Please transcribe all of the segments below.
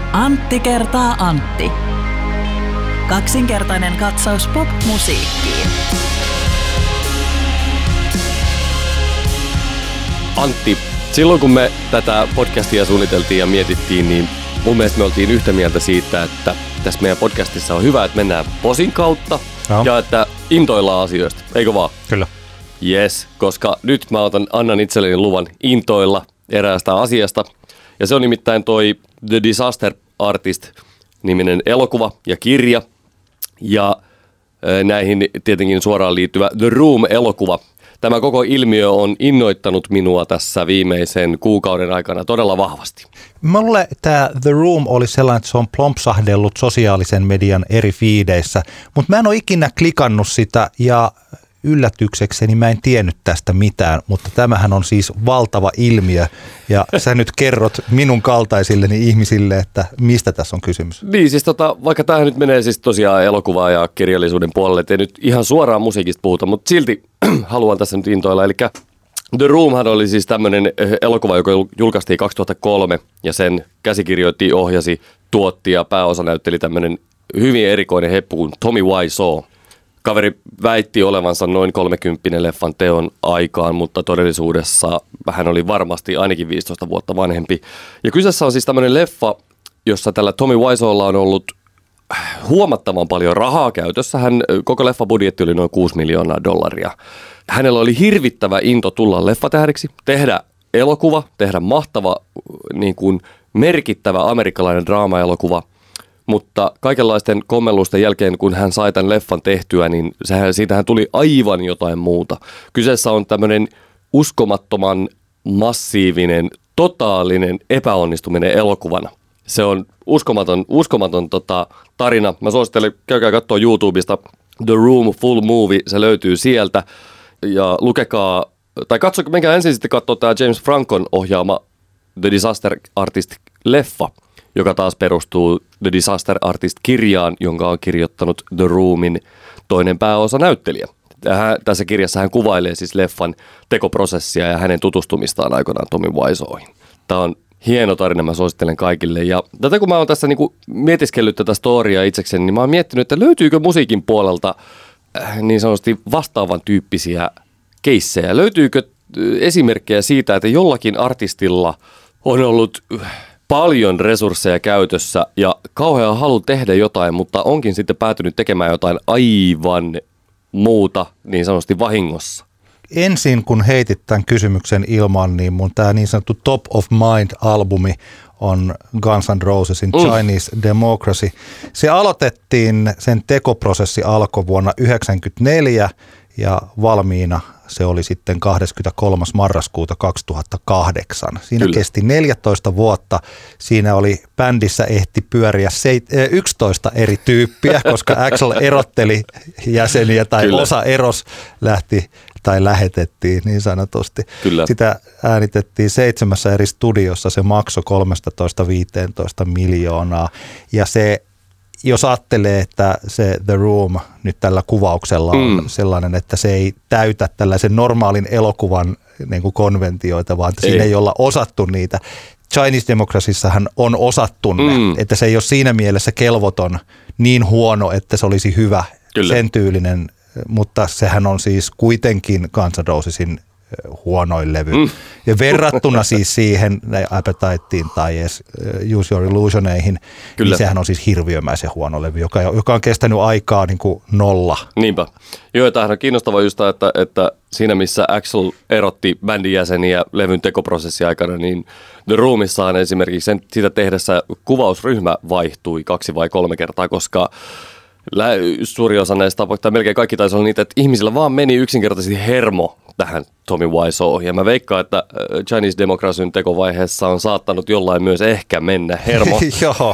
Antti kertaa Antti. Kaksinkertainen katsaus pop-musiikkiin. Antti, silloin kun me tätä podcastia suunniteltiin ja mietittiin, niin mun mielestä me oltiin yhtä mieltä siitä, että tässä meidän podcastissa on hyvä, että mennään posin kautta ja että intoillaan asioista, eikö vaan? Kyllä. Yes, koska nyt mä annan itselleni luvan intoilla eräästä asiasta. Ja se on nimittäin toi The Disaster Artist-niminen elokuva ja kirja. Ja näihin tietenkin suoraan liittyvä The Room-elokuva. Tämä koko ilmiö on innoittanut minua tässä viimeisen kuukauden aikana todella vahvasti. Mulle tämä The Room oli sellainen, että se on plompsahdellut sosiaalisen median eri fiideissä, mutta mä en ole ikinä klikannut sitä ja yllätyksekseni mä en tiennyt tästä mitään, mutta tämähän on siis valtava ilmiö ja sä nyt kerrot minun kaltaisilleni ihmisille, että mistä tässä on kysymys. Niin siis vaikka tämähän nyt menee siis tosiaan elokuvaa ja kirjallisuuden puolelle, ettei nyt ihan suoraan musiikista puhuta, mutta silti haluan tässä nyt intoilla. Eli The Roomhan oli siis tämmöinen elokuva, joka julkaistiin 2003 ja sen käsikirjoitti, ohjasi, tuotti ja pääosanäytteli tämmöinen hyvin erikoinen heppu kuin Tommy Wiseau. Kaveri väitti olevansa noin 30 leffan teon aikaan, mutta todellisuudessa hän oli varmasti ainakin 15 vuotta vanhempi. Ja kyseessä on siis tämmöinen leffa, jossa tällä Tommy Wiseaulla on ollut huomattavan paljon rahaa käytössä. Koko leffabudjetti oli noin $6 miljoonaa. Hänellä oli hirvittävä into tulla leffatähdeksi, tehdä elokuva, tehdä mahtava, niin kuin merkittävä amerikkalainen draama-elokuva. Mutta kaikenlaisten kommellusten jälkeen, kun hän sai tämän leffan tehtyä, niin siitähän tuli aivan jotain muuta. Kyseessä on tämmöinen uskomattoman massiivinen, totaalinen epäonnistuminen elokuvana. Se on uskomaton tarina. Mä suosittelen, käykää katsoa YouTubesta The Room Full Movie, se löytyy sieltä. Ja lukekaa, tai menkää ensin sitten katsoa tämä James Francon ohjaama The Disaster Artist-leffa, joka taas perustuu The Disaster Artist-kirjaan, jonka on kirjoittanut The Roomin toinen pääosanäyttelijä. Tässä kirjassa hän kuvailee siis leffan tekoprosessia ja hänen tutustumistaan aikoinaan Tommy Wiseauihin. Tämä on hieno tarina, mä suosittelen kaikille. Ja tätä kun mä oon tässä niinku mietiskellyt tätä storiaa itsekseni, niin mä oon miettinyt, että löytyykö musiikin puolelta niin sanotusti vastaavan tyyppisiä keissejä. Löytyykö esimerkkejä siitä, että jollakin artistilla on ollut paljon resursseja käytössä ja kauhea halu tehdä jotain, mutta onkin sitten päätynyt tekemään jotain aivan muuta niin sanotusti vahingossa. Ensin kun heitit tämän kysymyksen ilmaan, niin mun tämä niin sanottu Top of Mind-albumi on Guns N' Rosesin Chinese Democracy. Se aloitettiin, sen tekoprosessi alkoi vuonna 1994 ja valmiina se oli sitten 23. marraskuuta 2008. Siinä Kyllä. kesti 14 vuotta. Siinä oli bändissä ehti pyöriä 11 eri tyyppiä, koska Axl erotteli jäseniä tai Kyllä. osa eros lähti tai lähetettiin niin sanotusti. Kyllä. Sitä äänitettiin 7 eri studiossa. Se maksoi 13-15 miljoonaa ja se jos ajattelee, että se The Room nyt tällä kuvauksella on sellainen, että se ei täytä tällaisen normaalin elokuvan niin kuin konventioita, vaan että siinä ei olla osattu niitä. Chinese Democracyssahan on osattu ne, että se ei ole siinä mielessä kelvoton niin huono, että se olisi hyvä, Kyllä. sen tyylinen, mutta sehän on siis kuitenkin Guns N' Rosesin huonoin levy. Ja verrattuna siis siihen Appetitein tai edes Use Your Illusioneihin, niin sehän on siis hirviömäisen huono levy, joka on kestänyt aikaa niin kuin 0. Niinpä. Joo, tämähän on kiinnostavaa just, että siinä missä Axl erotti bändin jäseniä levyn tekoprosessin aikana, niin The Roomissaan esimerkiksi sitä tehdessä kuvausryhmä vaihtui 2 vai 3 kertaa, koska suuri osa näistä tai melkein kaikki taisi olla niitä, että ihmisillä vaan meni yksinkertaisesti hermo tähän Tommy Wiseauihin. Ja mä veikkaan, että Chinese Democracyn tekovaiheessa on saattanut jollain myös ehkä mennä hermo. Joo.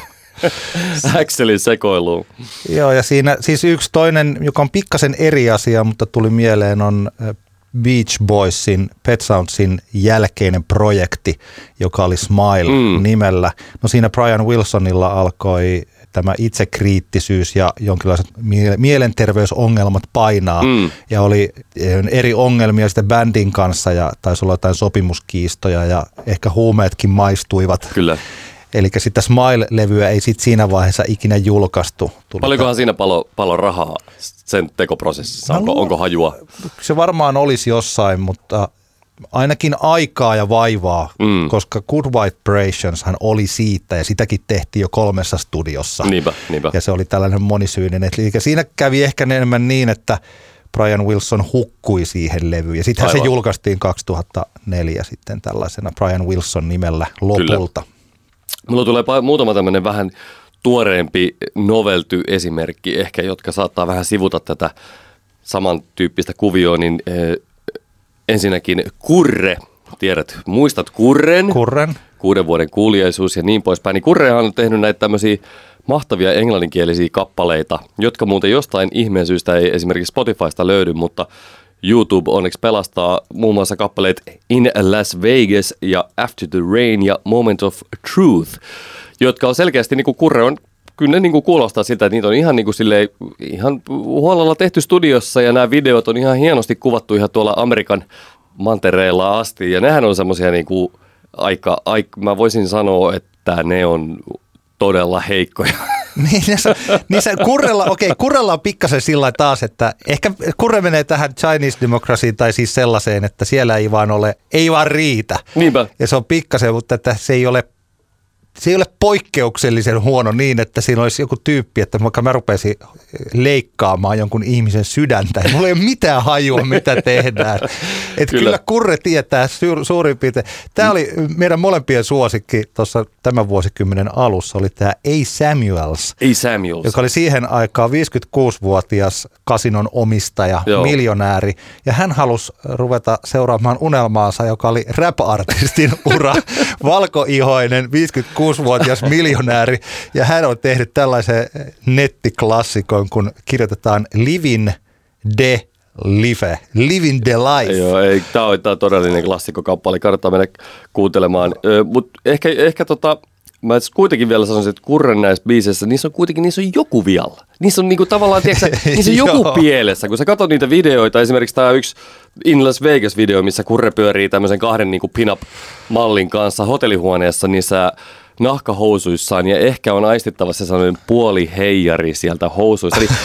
Axlin sekoiluun. Joo, ja siinä siis yksi toinen, joka on pikkasen eri asia, mutta tuli mieleen, on Beach Boysin, Pet Soundsin jälkeinen projekti, joka oli Smile nimellä. No siinä Brian Wilsonilla alkoi tämä itsekriittisyys ja jonkinlaiset mielenterveysongelmat painaa. Ja oli eri ongelmia sitten bändin kanssa ja taisi olla jotain sopimuskiistoja ja ehkä huumeetkin maistuivat. Kyllä. Eli sitä Smile-levyä ei sit siinä vaiheessa ikinä julkaistu. Paljonkohan siinä palo rahaa sen tekoprosessissa? Onko hajua? Se varmaan olisi jossain, mutta ainakin aikaa ja vaivaa, koska Good Vibrationshan oli siitä ja sitäkin tehtiin jo 3 studiossa. Niinpä. Ja se oli tällainen monisyinen. Eli siinä kävi ehkä enemmän niin, että Brian Wilson hukkui siihen levyyn. Ja sittenhän se julkaistiin 2004 sitten tällaisena Brian Wilson nimellä lopulta. Kyllä. Mulla tulee muutama tämmöinen vähän tuoreempi novelty esimerkki ehkä, jotka saattaa vähän sivuta tätä samantyyppistä kuvioa, niin ensinnäkin Kurre. Tiedät, muistat Kurren? 6 vuoden kuuliaisuus ja niin poispäin. Niin Kurrehan on tehnyt näitä tämmöisiä mahtavia englanninkielisiä kappaleita, jotka muuten jostain ihmeen syystä ei esimerkiksi Spotifysta löydy, mutta YouTube onneksi pelastaa muun muassa kappaleet In Las Vegas ja After the Rain ja Moment of Truth, jotka on selkeästi, niin kuin Kurre on, kyllä ne niin kuin kuulostaa siltä, että niitä on ihan, niin kuin silleen, ihan huolella tehty studiossa ja nämä videot on ihan hienosti kuvattu ihan tuolla Amerikan mantereella asti ja nehän on semmoisia niin kuin mä voisin sanoa, että ne on todella heikkoja. Niin se Kurrella on pikkasen sillä taas, että ehkä Kurre menee tähän Chinese Democracyyn tai siis sellaiseen, että siellä ei vaan riitä. Niinpä. Ja se on pikkasen, mutta että se ei ole poikkeuksellisen huono niin, että siinä olisi joku tyyppi, että vaikka mä rupesin leikkaamaan jonkun ihmisen sydäntä, ja mulla ei ole mitään hajua, mitä tehdään. Että kyllä Kurre tietää suurin piirtein. Tämä oli meidän molempien suosikki tuossa tämän vuosikymmenen alussa, oli tämä A. Samuels, joka oli siihen aikaan 56-vuotias kasinon omistaja, miljonääri, ja hän halusi ruveta seuraamaan unelmaansa, joka oli rap-artistin ura, valkoihoinen 56-vuotias miljonääri, ja hän on tehnyt tällaisen nettiklassikon, kun kirjoitetaan Living the Life. Joo, tämä on todellinen klassikkokappale, kannattaa mennä kuuntelemaan. Mutta ehkä mä kuitenkin vielä sanoisin, että Kurren näissä biiseissä, niissä on joku vialla. Niissä on niinku tavallaan, tiedätkö, niissä on joku pielessä. Kun sä katsot niitä videoita, esimerkiksi tämä yksi In Las Vegas-video, missä Kurre pyörii tämmöisen 2 niinku pin-up-mallin kanssa hotellihuoneessa niissä nahkahousuissaan ja ehkä on aistittavassa sellainen puoli heijari sieltä housuissa. Eli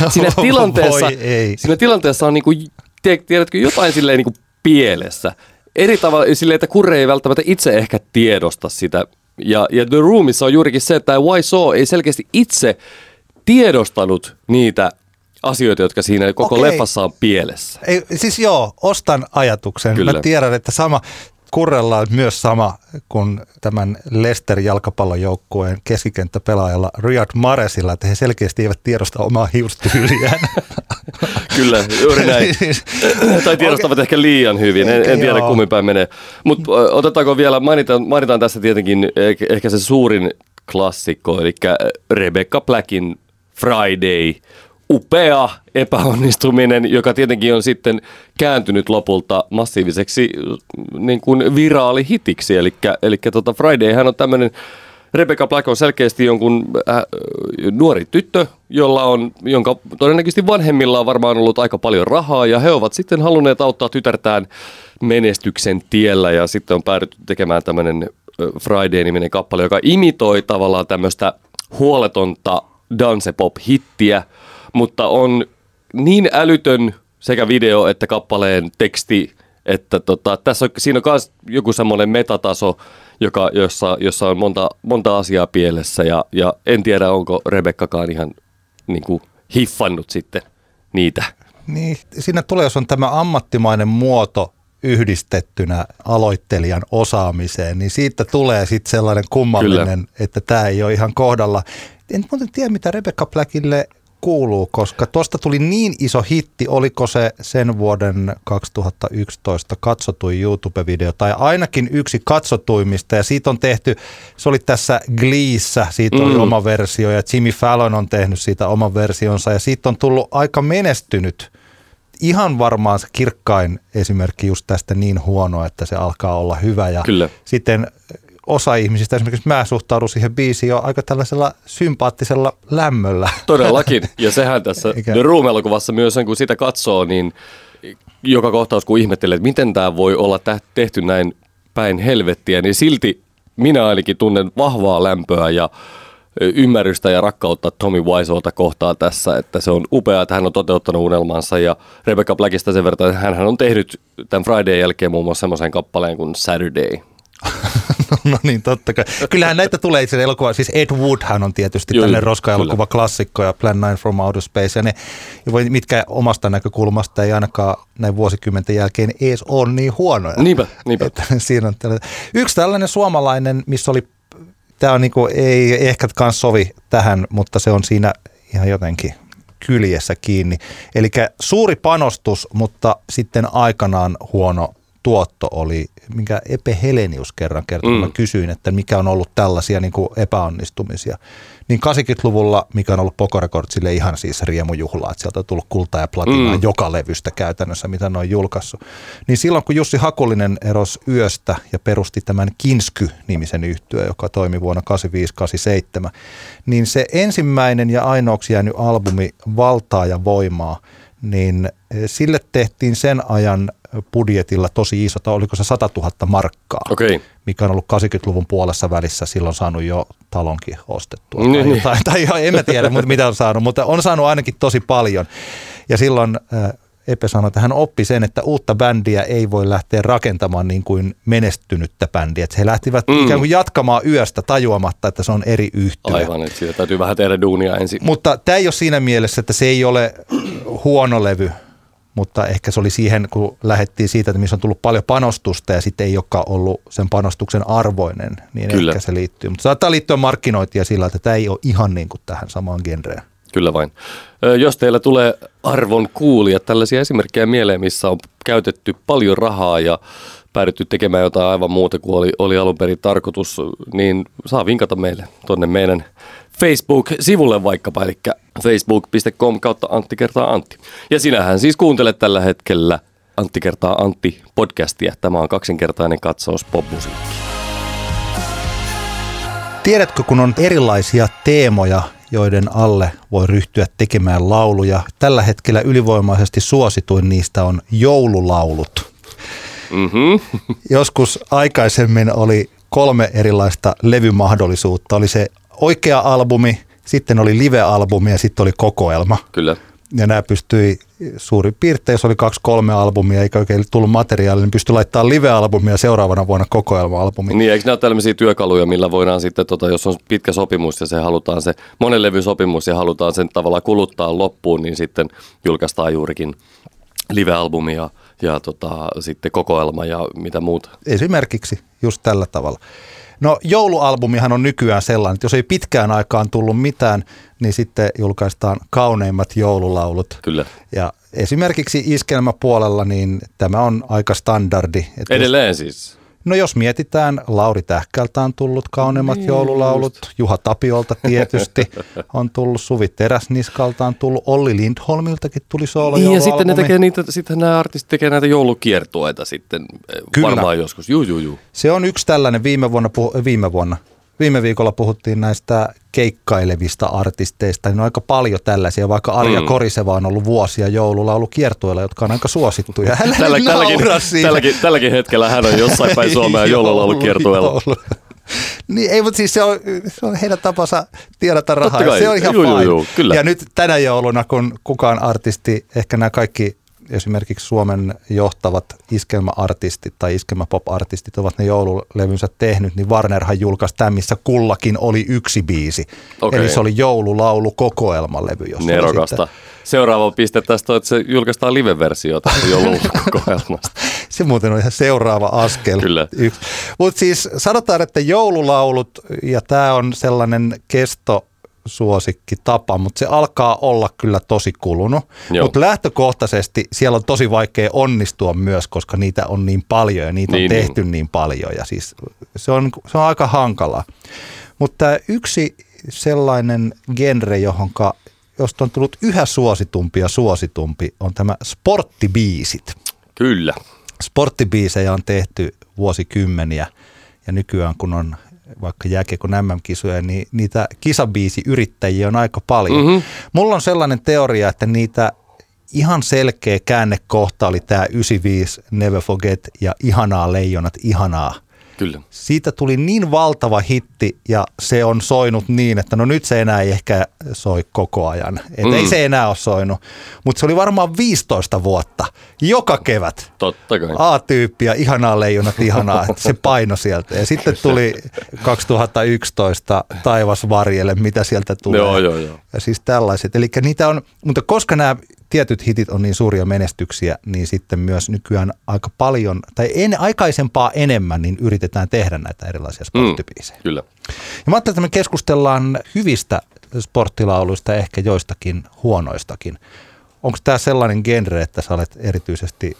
siinä tilanteessa on niinku, tiedätkö, jotain silleen niinku pielessä. Eri tavalla silleen, että Kurre ei välttämättä itse ehkä tiedosta sitä. Ja The Roomissa on juurikin se, että YSO ei selkeästi itse tiedostanut niitä asioita, jotka siinä koko leffassa on pielessä. Siis ostan ajatuksen. Kyllä. Mä tiedän, että Kurrella on myös sama kuin tämän Leicester-jalkapallojoukkueen keskikenttäpelaajalla Riyad Mahrezilla, että he selkeästi eivät tiedosta omaa hiustyyliään. Kyllä, juuri näin. Tai tiedostavat ehkä liian hyvin, en tiedä kummin päin menee. Mutta otetaanko vielä, mainitaan tässä tietenkin ehkä se suurin klassikko, eli Rebecca Blackin Friday. Upea epäonnistuminen, joka tietenkin on sitten kääntynyt lopulta massiiviseksi niin kuin viraalihitiksi. Eli Fridayhän on tämmöinen, Rebecca Black on selkeästi jonkun nuori tyttö, jonka todennäköisesti vanhemmilla on varmaan ollut aika paljon rahaa, ja he ovat sitten halunneet auttaa tytärtään menestyksen tiellä, ja sitten on päädytty tekemään tämmöinen Friday-niminen kappale, joka imitoi tavallaan tämmöistä huoletonta dance-pop-hittiä, mutta on niin älytön sekä video että kappaleen teksti, että siinä on myös joku semmoinen metataso, jossa on monta asiaa pielessä, ja en tiedä, onko Rebekkakaan ihan niin kuin hiffannut sitten niitä. Niin, siinä tulee, jos on tämä ammattimainen muoto yhdistettynä aloittelijan osaamiseen, niin siitä tulee sitten sellainen kummallinen, että tämä ei ole ihan kohdalla. En muuten tiedä, mitä Rebecca Blackille kuuluu, koska tuosta tuli niin iso hitti, oliko se sen vuoden 2011 katsotuin YouTube-video, tai ainakin yksi katsotuimmista, ja siitä on tehty, se oli tässä Gleessä, siitä oli oma versio, ja Jimmy Fallon on tehnyt siitä oman versionsa, ja siitä on tullut aika menestynyt. Ihan varmaan se kirkkain esimerkki just tästä niin huono, että se alkaa olla hyvä, ja kyllä. Sitten osa ihmisistä, esimerkiksi mä suhtaudun siihen biisiin jo aika tällaisella sympaattisella lämmöllä. Todellakin, ja sehän tässä The Room-elokuvassa myös, kun sitä katsoo, niin joka kohtaus kun ihmettelee, että miten tämä voi olla tehty näin päin helvettiä, niin silti minä ainakin tunnen vahvaa lämpöä ja ymmärrystä ja rakkautta Tommy Wiseauta kohtaan tässä, että se on upea, että hän on toteuttanut unelmansa ja Rebecca Blackista sen verran, että hän on tehnyt tämän Friday jälkeen muun muassa semmoisen kappaleen kuin Saturday. No niin, totta kai. Kyllähän näitä tulee itse elokuva, siis Ed Woodhan on tietysti tällainen roska-elokuva klassikko ja Plan 9 from Outer Space ja ne, mitkä omasta näkökulmasta ei ainakaan näin vuosikymmenten jälkeen edes ole niin huonoja. Niinpä. Siinä on yksi tällainen suomalainen, missä oli, tämä on niinku, ei ehkä kans sovi tähän, mutta se on siinä ihan jotenkin kyljessä kiinni. Eli suuri panostus, mutta sitten aikanaan huono tuotto oli, minkä Epe Helenius kerran kertoi, mä kysyin, että mikä on ollut tällaisia niin kuin epäonnistumisia. Niin 80-luvulla, mikä on ollut Poco Recordsille ihan siis riemujuhlaa, että sieltä on tullut kultaa ja platinaa joka levystä käytännössä, mitä ne on julkaissut. Niin silloin, kun Jussi Hakulinen erosi Yöstä ja perusti tämän Kinsky-nimisen yhtyön, joka toimi vuonna 85-87, niin se ensimmäinen ja ainoaksi jäänyt albumi Valtaa ja voimaa, niin sille tehtiin sen ajan budjetilla tosi iso, oliko se 100 000 markkaa, mikä on ollut 80-luvun puolessa välissä silloin saanut jo talonkin ostettua. Tai en mä tiedä, mitä on saanut, mutta on saanut ainakin tosi paljon. Ja silloin Epe sanoi, että hän oppi sen, että uutta bändiä ei voi lähteä rakentamaan niin kuin menestynyttä bändiä. Että he lähtivät ikään kuin jatkamaan Yöstä tajuamatta, että se on eri yhtye. Aivan, että siitä täytyy vähän tehdä duunia ensin. Mutta tämä ei ole siinä mielessä, että se ei ole huono levy. Mutta ehkä se oli siihen, kun lähdettiin siitä, että missä on tullut paljon panostusta ja sitten ei olekaan ollut sen panostuksen arvoinen, niin Kyllä. ehkä se liittyy. Mutta saattaa liittyä markkinointia sillä, että tämä ei ole ihan niin kuin tähän samaan genreen. Kyllä vain. Jos teillä tulee arvon kuulijat tällaisia esimerkkejä mieleen, missä on käytetty paljon rahaa ja päädytty tekemään jotain aivan muuta kuin oli alun perin tarkoitus, niin saa vinkata meille tuonne meidän Facebook-sivulle vaikkapa, eli facebook.com/Antti kertaa Antti. Ja sinähän siis kuuntelet tällä hetkellä Antti kertaa Antti podcastia. Tämä on kaksinkertainen katsaus popmusiikkiin. Tiedätkö, kun on erilaisia teemoja, joiden alle voi ryhtyä tekemään lauluja. Tällä hetkellä ylivoimaisesti suosituin niistä on joululaulut. Joskus aikaisemmin oli 3 erilaista levymahdollisuutta. Oli se oikea albumi, sitten oli live-albumi ja sitten oli kokoelma. Kyllä. Ja nämä pystyi suurin piirtein, jos oli 2-3 albumia eikä oikein tullut materiaalia, niin pystyi laittamaan live-albumia ja seuraavana vuonna kokoelma-albumi. Niin, eikö nämä ole tällaisia työkaluja, millä voidaan sitten, jos on pitkä sopimus ja se halutaan se monen levyn sopimus ja halutaan sen tavallaan kuluttaa loppuun, niin sitten julkaistaan juurikin live-albumi ja sitten kokoelma ja mitä muuta. Esimerkiksi just tällä tavalla. No joulualbumihan on nykyään sellainen, että jos ei pitkään aikaan tullut mitään, niin sitten julkaistaan kauneimmat joululaulut. Kyllä. Ja esimerkiksi iskelmäpuolella, niin tämä on aika standardi. Edelleen siis? No jos mietitään, Lauri Tähkältä on tullut kauneimmat joululaulut, Juha Tapiolta tietysti on tullut, Suvi Teräsniskalta on tullut, Olli Lindholmiltakin tuli soolojoulualbumi. Ja sitten ne tekee sitten nämä artistit tekee näitä joulukiertueita sitten varmaan joskus. Juu. Se on yksi tällainen viime viikolla puhuttiin näistä keikkailevista artisteista, niin on aika paljon tällaisia, vaikka Arja Koriseva on ollut vuosia joululaulukiertueilla, jotka on aika suosittuja. Tälläkin hetkellä hän on jossain päin Suomea joululaulukiertueilla. Niin, ei, mutta siis se on heidän tapansa tiedata rahaa. Se on ihan fine. Ja nyt tänä jouluna, kun kukaan artisti, ehkä nämä kaikki esimerkiksi Suomen johtavat iskelmäartistit tai iskelmäpop-artistit ovat ne joululevynsä tehnyt, niin Warnerhan julkaisi tämän, missä kullakin oli yksi biisi. Okay. Eli se oli joululaulu kokoelmalevy. Nerokasta. Seuraava piste tästä on, että se julkaistaan live-versio tästä joulukokoelmasta. Se muuten on ihan seuraava askel. Kyllä. Mutta siis sanotaan, että joululaulut, ja tämä on sellainen suosikki tapa, mutta se alkaa olla kyllä tosi kulunut. Mutta lähtökohtaisesti siellä on tosi vaikea onnistua myös, koska niitä on niin paljon ja niitä on tehty niin paljon. Ja siis se on aika hankalaa. Mutta yksi sellainen genre, josta on tullut yhä suositumpi, on tämä sporttibiisit. Kyllä. Sporttibiisejä on tehty vuosikymmeniä ja nykyään kun on vaikka jääkiekon MM-kisoja, niin niitä kisabiisiyrittäjiä on aika paljon. Mulla on sellainen teoria, että niitä ihan selkeä käännekohta oli tämä 95 Never Forget ja Ihanaa leijonat, ihanaa. Kyllä. Siitä tuli niin valtava hitti ja se on soinut niin, että no nyt se enää ei ehkä soi koko ajan. Ei se enää ole soinut, mutta se oli varmaan 15 vuotta, joka kevät. Totta kai. A-tyyppiä, ihanaa leijonat, ihanaa, että se paino sieltä. Ja sitten tuli 2011 Taivas varjelle, mitä sieltä tulee. Joo. Ja siis tällaiset. Eli niitä on, mutta koska nämä tietyt hitit on niin suuria menestyksiä, niin sitten myös nykyään aika paljon, tai aikaisempaa enemmän, niin yritetään tehdä näitä erilaisia sporttibiisejä. Kyllä. Ja mä ajattelin, että me keskustellaan hyvistä sporttilauluista, ehkä joistakin huonoistakin. Onko tämä sellainen genre, että sä olet erityisesti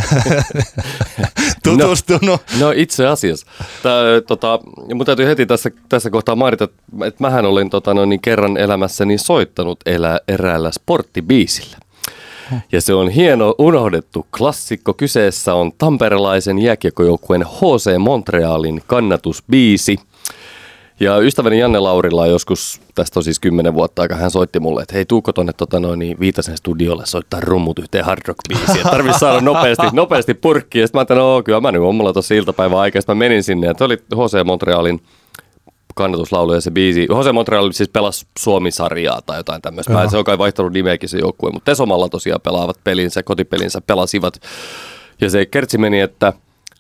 tutustunut? No itse asiassa. Mun täytyy heti tässä kohtaa mainita, että mähän olin kerran elämässäni soittanut eräällä sporttibiisillä. Ja se on hieno unohdettu klassikko. Kyseessä on tamperelaisen jääkiekkojoukkueen HC Montrealin kannatusbiisi. Ja ystäväni Janne Laurila joskus, tästä on siis 10 vuotta aikaa, hän soitti mulle, että hei, tuukko tonne Viitasen studiolle soittaa rummut yhteen hard rock biisiin. Tarvitsisi saada nopeasti purkkiin. Ja sitten mä ajattelin, no kyllä mä nyt on mulla tuossa iltapäivän aikaa. Sitten mä menin sinne ja se oli HC Montrealin kannatuslaulu ja se biisi. HC Montreal siis pelasi Suomi-sarjaa tai jotain tämmöistä. Se on kai vaihtanut nimeäkin se joukkue, mutta Tesomalla tosiaan pelaavat kotipelinsä pelasivat. Ja se kertsi meni, että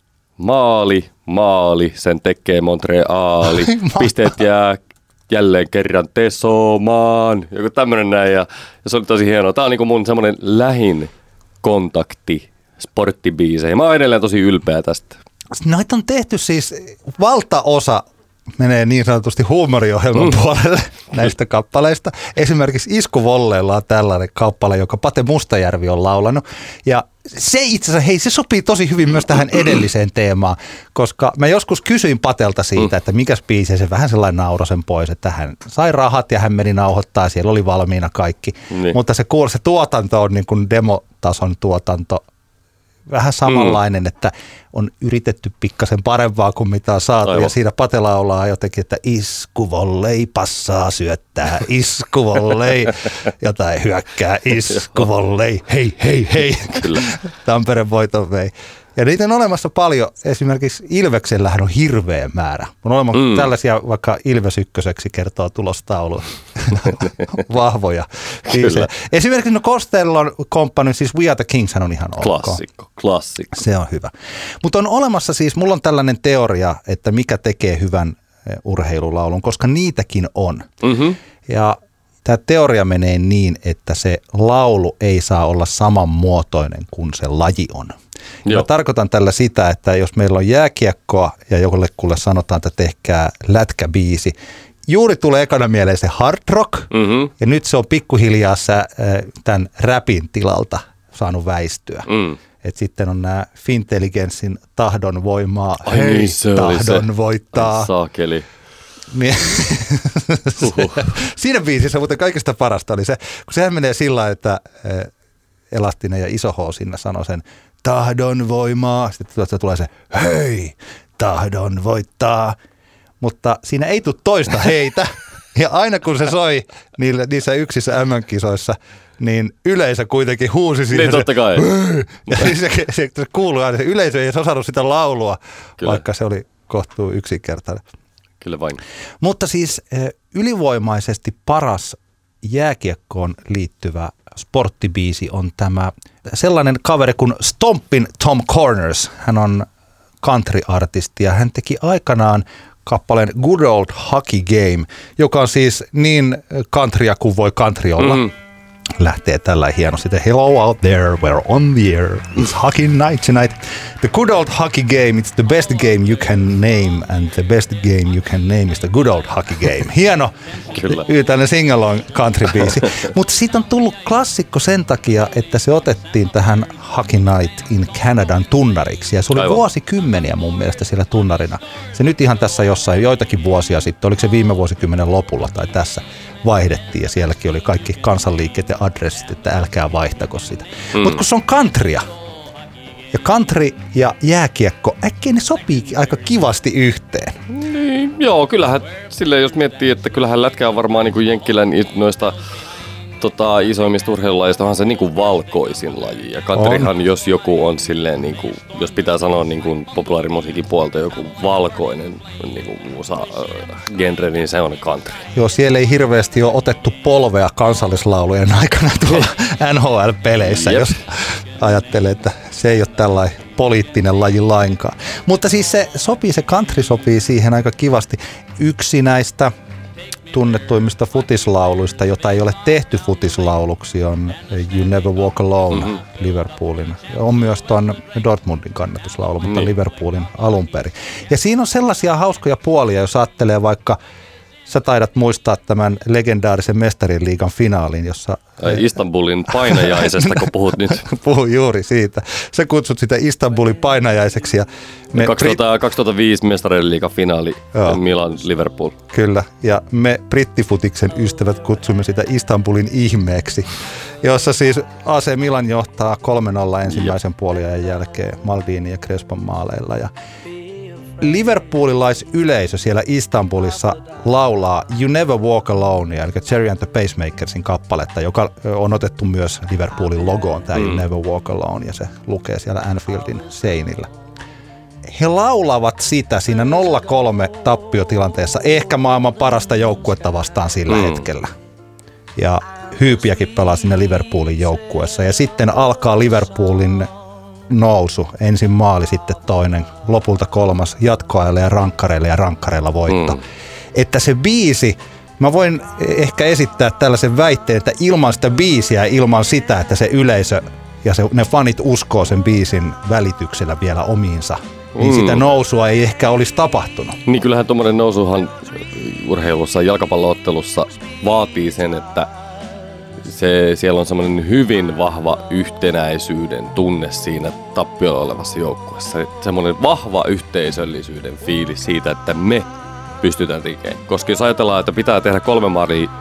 maali, sen tekee Montreali. Pisteet jää jälleen kerran Tesomaan. Joku tämmönen näin ja se oli tosi hienoa. Tää on niinku mun semmonen lähin kontakti sporttibiiseihin. Mä oon edelleen tosi ylpeä tästä. Näitä on tehty siis valtaosa menee niin sanotusti huumoriohjelman puolelle näistä kappaleista. Esimerkiksi Iskuvolleilla on tällainen kappale, joka Pate Mustajärvi on laulanut. Ja se itse asiassa, se sopii tosi hyvin myös tähän edelliseen teemaan, koska mä joskus kysyin Patelta siitä, että mikä biisi, se vähän sellainen naurosen pois, että hän sai rahat ja hän meni nauhoittaa ja siellä oli valmiina kaikki. Niin. Mutta se tuotanto on niin kuin demotason tuotanto. Vähän samanlainen, että on yritetty pikkasen parempaa kuin mitä on saatu. Aivan. Ja siinä Pate laulaa jotenkin, että iskuvollei passaa syöttää, iskuvollei jotain hyökkää, iskuvollei, hei. Kyllä. Tampereen voiton vei. Ja niitä on olemassa paljon. Esimerkiksi Ilveksellähän on hirveä määrä. On olemassa tällaisia, vaikka Ilves ykköseksi kertoo tulostaulua. Vahvoja. Esimerkiksi Costellon Company, siis We Are the Kings on ihan Klassikko. Se on hyvä. Mutta on olemassa siis, mulla on tällainen teoria, että mikä tekee hyvän urheilulaulun, koska niitäkin on. Mm-hmm. Ja tämä teoria menee niin, että se laulu ei saa olla samanmuotoinen kuin se laji on. Mä tarkoitan tällä sitä, että jos meillä on jääkiekkoa ja jollekulle sanotaan, että tehkää lätkäbiisi, juuri tulee ekana mieleen se hard rock, ja nyt se on pikkuhiljaa tämän rapin tilalta saanut väistyä. Et sitten on nämä Fintelligenssin tahdon voimaa, tahdon voittaa. Saakeli. Siinä biisissä muuten kaikista parasta oli se, kun sehän menee sillä lailla, että Elastinen ja Iso H siinä sanoi sen tahdon voimaa, sitten tulee se hei, tahdon voittaa, mutta siinä ei tule toista heitä. Ja aina kun se soi niissä yksissä MM-kisoissa, niin yleisö kuitenkin huusi siinä. Niin totta kai. Ja se kuului aina, se yleisö ei osannut sitä laulua, kyllä, vaikka se oli kohtuu yksinkertainen. Kyllä vain. Mutta siis ylivoimaisesti paras jääkiekkoon liittyvä sporttibiisi on tämä sellainen kaveri kuin Stompin Tom Corners. Hän on country-artisti ja hän teki aikanaan kappaleen Good Old Hockey Game, joka on siis niin countrya kuin voi country olla. Lähtee tällä hienosti. Hello out there, we're on the air. It's hockey night tonight. The good old hockey game, it's the best game you can name. And the best game you can name is the good old hockey game. Hieno, tällainen sing-along country-biisi. Mutta siitä on tullut klassikko sen takia, että se otettiin tähän Hockey Night in Canadan tunnariksi. Ja se oli vuosikymmeniä mun mielestä siellä tunnarina. Se nyt ihan tässä jossain joitakin vuosia sitten, oliko se viime vuosikymmenen lopulla tai tässä, vaihdettiin ja sielläkin oli kaikki kansanliikkeet ja adressit, että älkää vaihtako sitä. Mutta kun se on countrya ja country ja jääkiekko, äkkiä ne sopiikin aika kivasti yhteen. Niin, joo, kyllähän silleen jos miettii, että kyllähän lätkä on varmaan niin kuin Jenkkilän noista isoimmista urheilulajista onhan se niinku valkoisin laji. Ja countryhan, jos joku on silleen, niinku, jos pitää sanoa niinku populaarimusiikin puolta joku valkoinen niinku genre, niin se on country. Joo, siellä ei hirveästi ole otettu polvea kansallislaulujen aikana tuolla NHL-peleissä, jos ajattelee, että se ei ole tällainen poliittinen laji lainkaan. Mutta siis se country sopii siihen aika kivasti. Yksi näistä tunnetuimmista futislauluista, jota ei ole tehty futislauluksi, on You Never Walk Alone Liverpoolin. On myös tuon Dortmundin kannatuslaulu, mutta Liverpoolin alun perin. Ja siinä on sellaisia hauskoja puolia, jos ajattelee vaikka, sä taidat muistaa tämän legendaarisen Mestariliigan finaalin, jossa... Istanbulin painajaisesta, kun puhut nyt. Puhun juuri siitä. Sä kutsut sitä Istanbulin painajaiseksi. Ja 2005 Mestariliigan finaali, Milan-Liverpool. Kyllä, ja me brittifutiksen ystävät kutsumme sitä Istanbulin ihmeeksi, jossa siis AC Milan johtaa 3-0 ensimmäisen puoliajan jälkeen Maldini ja Crespon maaleilla. Ja liverpoolilaisyleisö siellä Istanbulissa laulaa You Never Walk Alone, eli Cherry and the Pacemakersin kappaletta, joka on otettu myös Liverpoolin logoon, tämä You Never Walk Alone, ja se lukee siellä Anfieldin seinillä. He laulavat sitä siinä 0-3 tappiotilanteessa, ehkä maailman parasta joukkuetta vastaan sillä hetkellä. Ja Hyypiäkin pelaa siinä Liverpoolin joukkueessa, ja sitten alkaa Liverpoolin nousu. Ensin maali, sitten toinen, lopulta kolmas, jatkoajalle ja rankkareilla voitto. Että se biisi, mä voin ehkä esittää tällaisen väitteen, että ilman sitä biisiä, ilman sitä, että se yleisö ja ne fanit uskoo sen biisin välityksellä vielä omiinsa, niin sitä nousua ei ehkä olisi tapahtunut. Niin kyllähän tuommoinen nousuhan urheilussa, jalkapalloottelussa vaatii sen, että siellä on semmoinen hyvin vahva yhtenäisyyden tunne siinä tappiolla olevassa joukkueessa. Semmoinen vahva yhteisöllisyyden fiilis siitä, että me pystytään tekemään. Koska jos ajatellaan, että pitää tehdä 3 maalia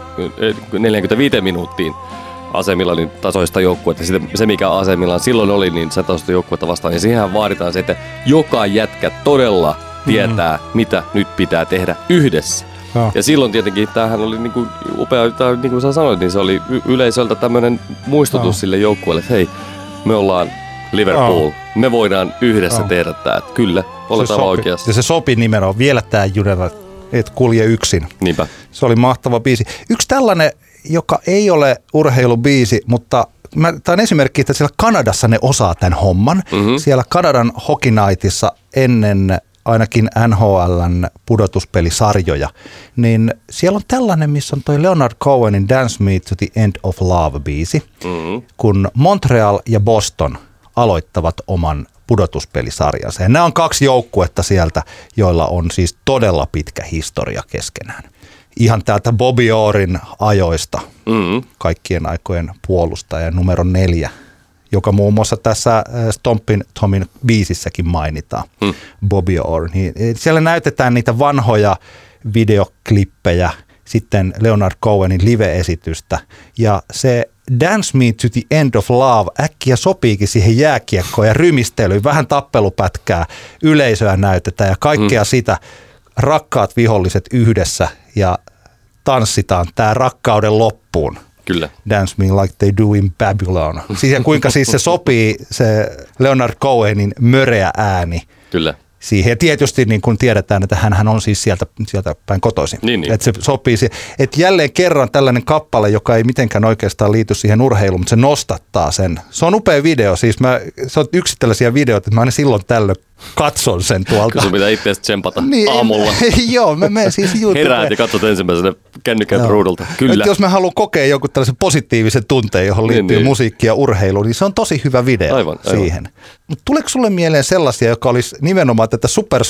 45 minuuttiin AC Milanin tasoista joukkuetta, se mikä AC Milan silloin oli, niin se tasoista joukkuetta vastaan, niin siihen vaaditaan se, että joka jätkä todella tietää, mitä nyt pitää tehdä yhdessä. Ja silloin tietenkin tämähän oli niinku upea, niin kuin sä sanoit, niin se oli yleisöltä tämmöinen muistutus sille joukkueelle, että hei, me ollaan Liverpool, me voidaan yhdessä tehdä tämä, että kyllä, oletaan oikeassa. Ja se sopi nimenomaan vielä tämä Judeva, et kulje yksin. Niinpä. Se oli mahtava biisi. Yksi tällainen, joka ei ole urheilubiisi, mutta tämä on esimerkki, että siellä Kanadassa ne osaa tämän homman. Siellä Kanadan Hockey Nightissa ennen ainakin NHL:n pudotuspelisarjoja, niin siellä on tällainen, missä on toi Leonard Cohenin Dance Me to the End of Love-biisi, kun Montreal ja Boston aloittavat oman pudotuspelisarjansa. Ja nämä on 2 joukkuetta sieltä, joilla on siis todella pitkä historia keskenään. Ihan täältä Bobby Orrin ajoista, kaikkien aikojen puolustaja numero 4, joka muun muassa tässä Stompin Tomin biisissäkin mainitaan, Bobby Orr. Siellä näytetään niitä vanhoja videoklippejä, sitten Leonard Cohenin live-esitystä, ja se Dance Me to the End of Love äkkiä sopiikin siihen jääkiekkoon ja rymistelyyn, vähän tappelupätkää, yleisöä näytetään ja kaikkea sitä, rakkaat viholliset yhdessä ja tanssitaan tämä rakkauden loppuun. Kyllä. Dance Me Like They Do in Babylon. Siis kuinka siis se sopii, se Leonard Cohenin möreä ääni. Kyllä. Siihen. Ja tietysti niin kun tiedetään, että hän on siis sieltä päin kotoisin. Niin. Että se sopii siihen. Että jälleen kerran tällainen kappale, joka ei mitenkään oikeastaan liity siihen urheiluun, mutta se nostattaa sen. Se on upea video. Siis se on yksi tällaisia videoita, että mä aina silloin tällöin katson sen tuolta. Kyllä sun pitää itseäsi tsempata niin, aamulla. Joo, mä menen siis YouTubeen. Heräät ja katsot ensimmäisenä kännykän ruudulta. Kyllä. Että jos mä haluan kokea joku tällaisen positiivisen tunteen, johon liittyy musiikki ja urheilu, niin se on tosi hyvä video aivan. siihen. Mutta tuleeko sulle mieleen sellaisia, joka olisi nimenomaan tätä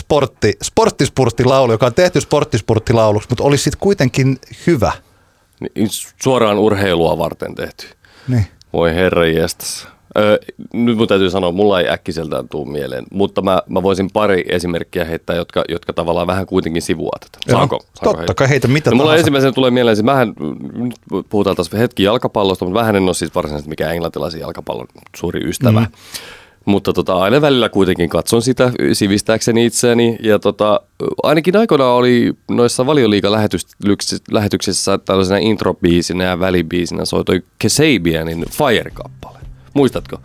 sporttispurttilaulu, joka on tehty sporttispurttilauluksi, mutta olisi sitten kuitenkin hyvä? Niin, suoraan urheilua varten tehty. Niin. Voi herranjestas. Nyt mun täytyy sanoa, mulla ei äkkiseltään tule mieleen, mutta mä voisin pari esimerkkiä heittää, jotka tavallaan vähän kuitenkin sivuaa tätä. Saanko totta kai heitä mitä mulla tahansa. Ensimmäisenä tulee mieleen, nyt puhutaan taas hetki jalkapallosta, mutta vähän en ole siis varsinaisesti mikään englantilaisen jalkapallon suuri ystävä. Mutta aina välillä kuitenkin katson sitä sivistääkseni itseäni. Ja ainakin aikoinaan oli noissa Valioliiga-lähetyksissä tällaisena introbiisinä ja välibiisinä soi toi Kasabianin Fire-kappale. Muistatko?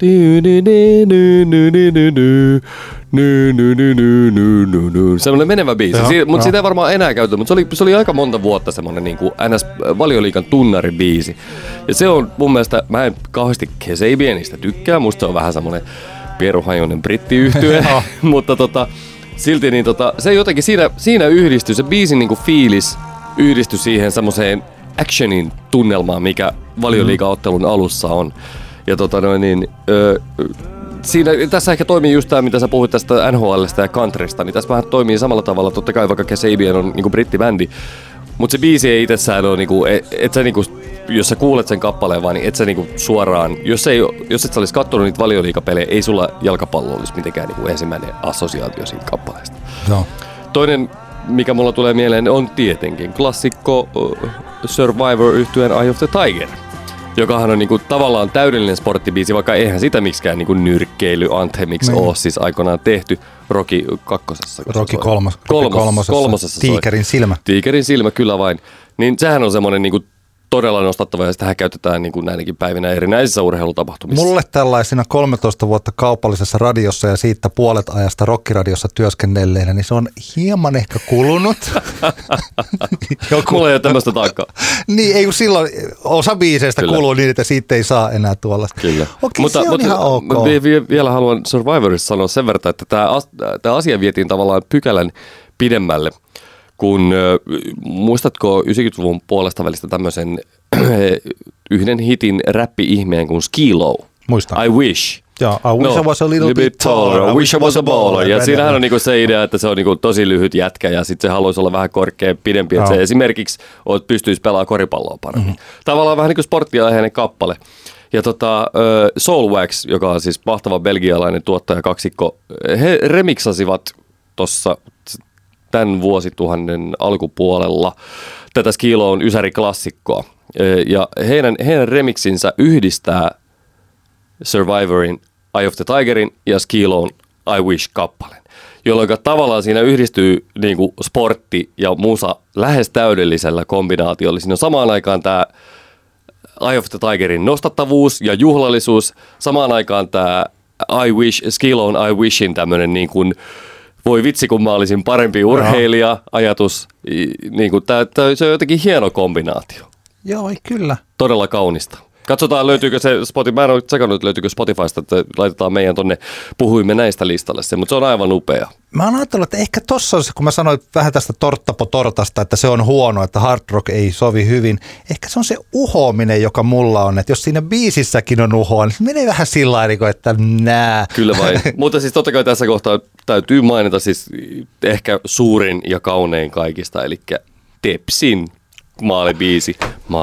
Semmoinen menevä biisi, mutta sitä ei varmaan enää käytetä, mutta se oli aika monta vuotta semmoinen niin kuin NS-Valioliigan tunnaribiisi. Ja se on mun mielestä, mä en kauheasti Kasabianista tykkää, musta se on vähän semmoinen pieruhajuinen brittiyhtye, mutta silti niin se jotenkin siinä yhdistyi, se biisin niin kuin fiilis yhdistyi siihen semmoiseen actionin tunnelmaan, mikä Valioliiga-ottelun alussa on. Ja tässä ehkä toimii just tämä, mitä sä puhuit tästä NHL:stä ja countrysta, niin tässä vähän toimii samalla tavalla. Totta kai vaikka Kasabian on niinku brittibändi, mutta se biisi ei itsessään ole, niinku, et sä niinku, jos sä kuulet sen kappaleen vaan, niin et sä niinku suoraan, jos et sä olisi katsonut niitä Valioliigapelejä, ei sulla jalkapallo olisi mitenkään niinku ensimmäinen assosiaatio siitä kappaleesta. No. Toinen, mikä mulla tulee mieleen, on tietenkin klassikko Survivor-yhtyeen Eye of the Tiger, jokahan on niinku tavallaan täydellinen sporttibiisi, vaikka eihän sitä miksikään niinku nyrkkeily-anthemiksi ole siis aikoinaan tehty. Rocky kakkosessa. Rocky kolmosessa. Tiikerin silmä. Tiikerin silmä, kyllä vain. Niin sehän on semmoinen niinku todella nostattava, ja sitähän käytetään niin kuin näinkin päivinä erinäisissä urheilutapahtumissa. Mulle tällaisina 13 vuotta kaupallisessa radiossa ja siitä puolet ajasta rockiradiossa työskennelleenä, niin se on hieman ehkä kulunut. Mulla ei ole tämmöistä taakkaa. Niin, ei silloin osa biiseistä kuluu niin, että siitä ei saa enää tuollaista. Kyllä. Okei, mutta ihan ok. Vielä haluan Survivorissa sanoa sen verran, että tämä asia vietiin tavallaan pykälän pidemmälle. Kun muistatko 90-luvun puolesta välistä tämmöisen yhden hitin räppi-ihmeen kuin Skee-Low? Muistan. I wish. Joo, I wish I was a little bit taller. I wish I was a baller. Ja siinähän on niinku se idea, että se on niinku tosi lyhyt jätkä ja sitten se haluaisi olla vähän korkea, pidempi. Että se esimerkiksi pystyisi pelaamaan koripalloa paremmin. Tavallaan vähän niin kuin sporttiaiheinen kappale. Ja Soulwax, joka on siis mahtava belgialainen tuottajakaksikko, he remiksasivat tuossa tämän vuosituhannen alkupuolella tätä Skee-Lown ysäriklassikkoa. Ja heidän remiksinsä yhdistää Survivorin Eye of the Tigerin ja Skee-Lown I Wish-kappaleen, jolloin tavallaan siinä yhdistyy niin kuin sportti ja musa lähes täydellisellä kombinaatiolla. Siinä on samaan aikaan tämä Eye of the Tigerin nostattavuus ja juhlallisuus, samaan aikaan tämä Skee-Lown I Wishin tämmöinen niin kuin voi vitsi, kun mä olisin parempi urheilija-ajatus. Niin kuin se on jotenkin hieno kombinaatio. Joo, kyllä. Todella kaunista. Katsotaan, löytyykö se mä en ole tsekannut, löytyykö Spotifysta, että laitetaan meidän tonne Puhuimme näistä listalle se, mutta se on aivan upea. Mä oon ajatellut, että ehkä tossa on se, kun mä sanoin vähän tästä torttasta, että se on huono, että hard rock ei sovi hyvin. Ehkä se on se uhoaminen, joka mulla on, että jos siinä biisissäkin on uhoa, niin se menee vähän sillä lailla, että nää. Kyllä vain, mutta siis totta kai tässä kohtaa täytyy mainita siis ehkä suurin ja kaunein kaikista, eli Tepsin maalibiisi.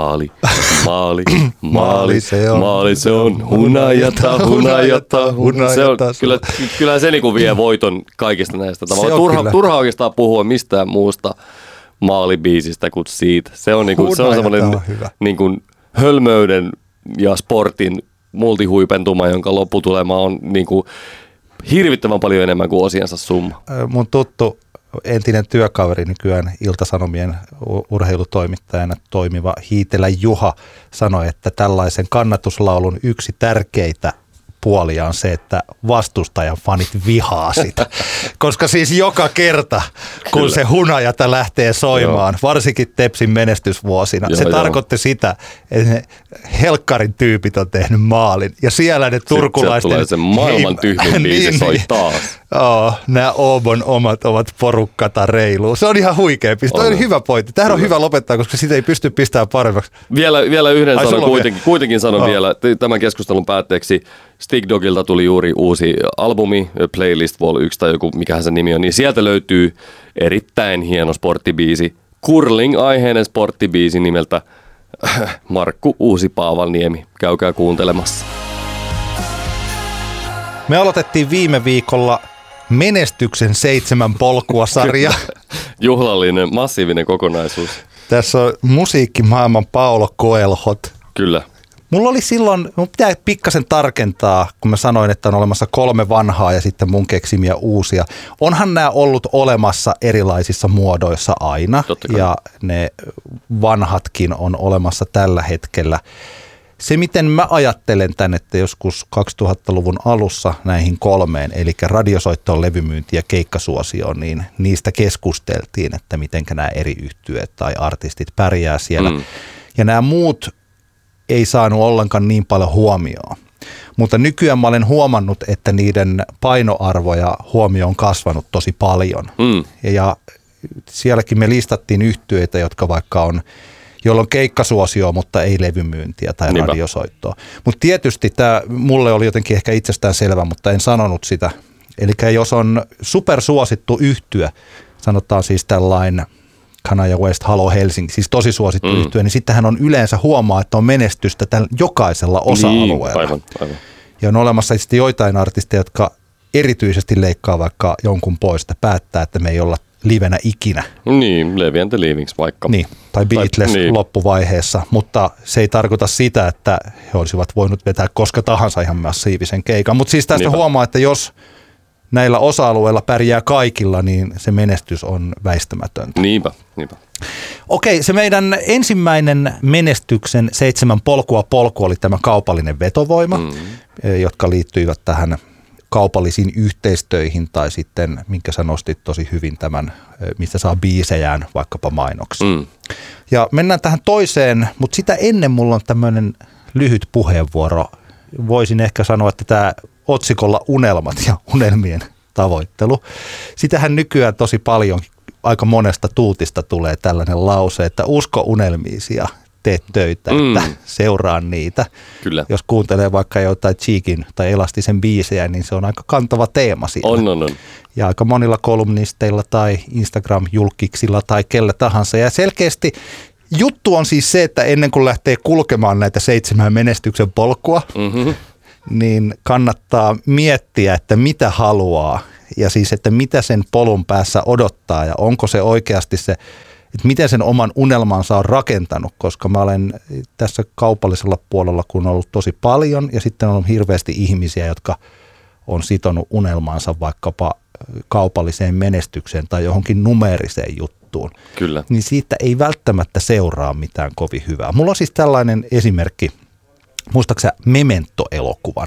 Maali se on, hunajata. Kyllä se niinku vie voiton kaikista näistä tavalla. Turha oikeastaan puhua mistään muusta maalibiisistä kuin siitä. Se on niinku, se on semmoinen niinku hölmöyden ja sportin multihuipentuma, jonka lopputulema on niinku hirvittävän paljon enemmän kuin osiensa summa. Mun tuttu entinen työkaveri, nykyään Ilta-Sanomien urheilutoimittajana toimiva Hiitelä Juha sanoi, että tällaisen kannatuslaulun yksi tärkeitä puolia on se, että vastustajan fanit vihaa sitä. Koska siis joka kerta, kun se hunajata lähtee soimaan, varsinkin Tepsin menestysvuosina, se tarkoitti sitä, että ne helkkarin tyypit on tehnyt maalin. Ja siellä ne turkulaisten... Tulee se maailman tyhmin biisi soi taas. Nämä Oobon omat ovat porukkata reilua. Se on ihan huikea biisi. Toi on hyvä pointti. Tähän on hyvä lopettaa, koska sitä ei pysty pistämään paremmaksi. Vielä yhden sanon kuitenkin sanon vielä tämän keskustelun päätteeksi. Stig Dogilta tuli juuri uusi albumi, Playlist Vol 1 tai joku, mikähän se nimi on, niin sieltä löytyy erittäin hieno sporttibiisi, curling-aiheinen sporttibiisi nimeltä Markku Uusi-Paavalniemi. Käykää kuuntelemassa. Me aloitettiin viime viikolla Menestyksen 7 polkua-sarja. Juhlallinen, massiivinen kokonaisuus. Tässä on musiikkimaailman Paulo Coelhot. Kyllä. Mulla oli silloin, mun pitää pikkasen tarkentaa, kun mä sanoin, että on olemassa 3 vanhaa ja sitten mun keksimiä uusia. Onhan nämä ollut olemassa erilaisissa muodoissa aina ja ne vanhatkin on olemassa tällä hetkellä. Se, miten mä ajattelen tän, että joskus 2000-luvun alussa näihin 3, eli radiosoittoon, levymyynti ja keikkasuosioon, niin niistä keskusteltiin, että mitenkä nämä eri yhtyeet tai artistit pärjää siellä. Ja nämä muut ei saanut ollenkaan niin paljon huomioon. Mutta nykyään mä olen huomannut, että niiden painoarvo ja huomio on kasvanut tosi paljon. Ja sielläkin me listattiin yhtyeitä, jotka vaikka on, jolla on keikkasuosio, mutta ei levymyyntiä tai radiosoittoa. Mutta tietysti tämä mulle oli jotenkin ehkä itsestään selvä, mutta en sanonut sitä. Eli jos on supersuosittu yhtye, sanotaan siis tällainen Kanye West, Halo Helsinki, siis tosi suosittu yhtye, niin sittenhän on yleensä huomaa, että on menestystä jokaisella osa-alueella. Aivan. Ja on olemassa sitten joitain artisteja, jotka erityisesti leikkaa vaikka jonkun pois, että päättää, että me ei olla livenä ikinä. Niin, Levi and the Leavings vaikka. Niin, tai Beatles loppuvaiheessa, mutta se ei tarkoita sitä, että he olisivat voinut vetää koska tahansa ihan massiivisen keikan. Mutta siis tästä huomaa, että jos näillä osa-alueilla pärjää kaikilla, niin se menestys on väistämätöntä. Niinpä. Okei, se meidän ensimmäinen menestyksen 7 polku oli tämä kaupallinen vetovoima, jotka liittyivät tähän kaupallisiin yhteistöihin tai sitten, minkä sä nostit tosi hyvin tämän, mistä saa biisejään vaikkapa mainoksi. Ja mennään tähän toiseen, mutta sitä ennen mulla on tämmöinen lyhyt puheenvuoro. Voisin ehkä sanoa, että tämä otsikolla unelmat ja unelmien tavoittelu. Sitähän nykyään tosi paljon, aika monesta tuutista tulee tällainen lause, että usko unelmiisi ja tee töitä, että seuraa niitä. Kyllä. Jos kuuntelee vaikka jotain Cheekin tai Elastisen biisejä, niin se on aika kantava teema siellä. On. Ja aika monilla kolumnisteilla tai Instagram-julkiksilla tai kellä tahansa. Ja selkeästi juttu on siis se, että ennen kuin lähtee kulkemaan näitä 7 menestyksen polkua, niin kannattaa miettiä, että mitä haluaa ja siis, että mitä sen polun päässä odottaa ja onko se oikeasti se, että miten sen oman unelmansa on rakentanut, koska mä olen tässä kaupallisella puolella, kun on ollut tosi paljon ja sitten on ollut hirveästi ihmisiä, jotka on sitonut unelmansa vaikkapa kaupalliseen menestykseen tai johonkin numeeriseen juttuun. Kyllä. Niin siitä ei välttämättä seuraa mitään kovin hyvää. Mulla on siis tällainen esimerkki, muistaaksä Memento-elokuvan,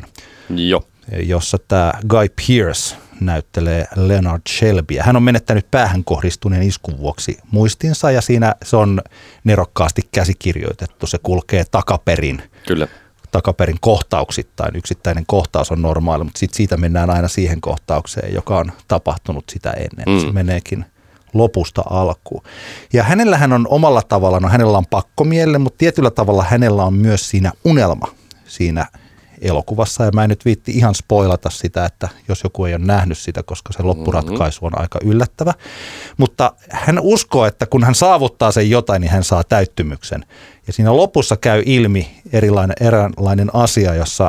jossa tämä Guy Pearce näyttelee Leonard Shelbyä. Hän on menettänyt päähän kohdistuneen iskun vuoksi muistinsa ja siinä se on nerokkaasti käsikirjoitettu. Se kulkee takaperin. Kyllä. Takaperin kohtauksittain. Yksittäinen kohtaus on normaali, mutta sitten siitä mennään aina siihen kohtaukseen, joka on tapahtunut sitä ennen. Se meneekin lopusta alkuun. Ja hänellähän on omalla tavallaan, hänellä on pakkomielle, mutta tietyllä tavalla hänellä on myös siinä unelma siinä elokuvassa. Ja mä en nyt viitti ihan spoilata sitä, että jos joku ei ole nähnyt sitä, koska se loppuratkaisu on aika yllättävä. Mutta hän uskoo, että kun hän saavuttaa sen jotain, niin hän saa täyttymyksen. Ja siinä lopussa käy ilmi eräänlainen asia, jossa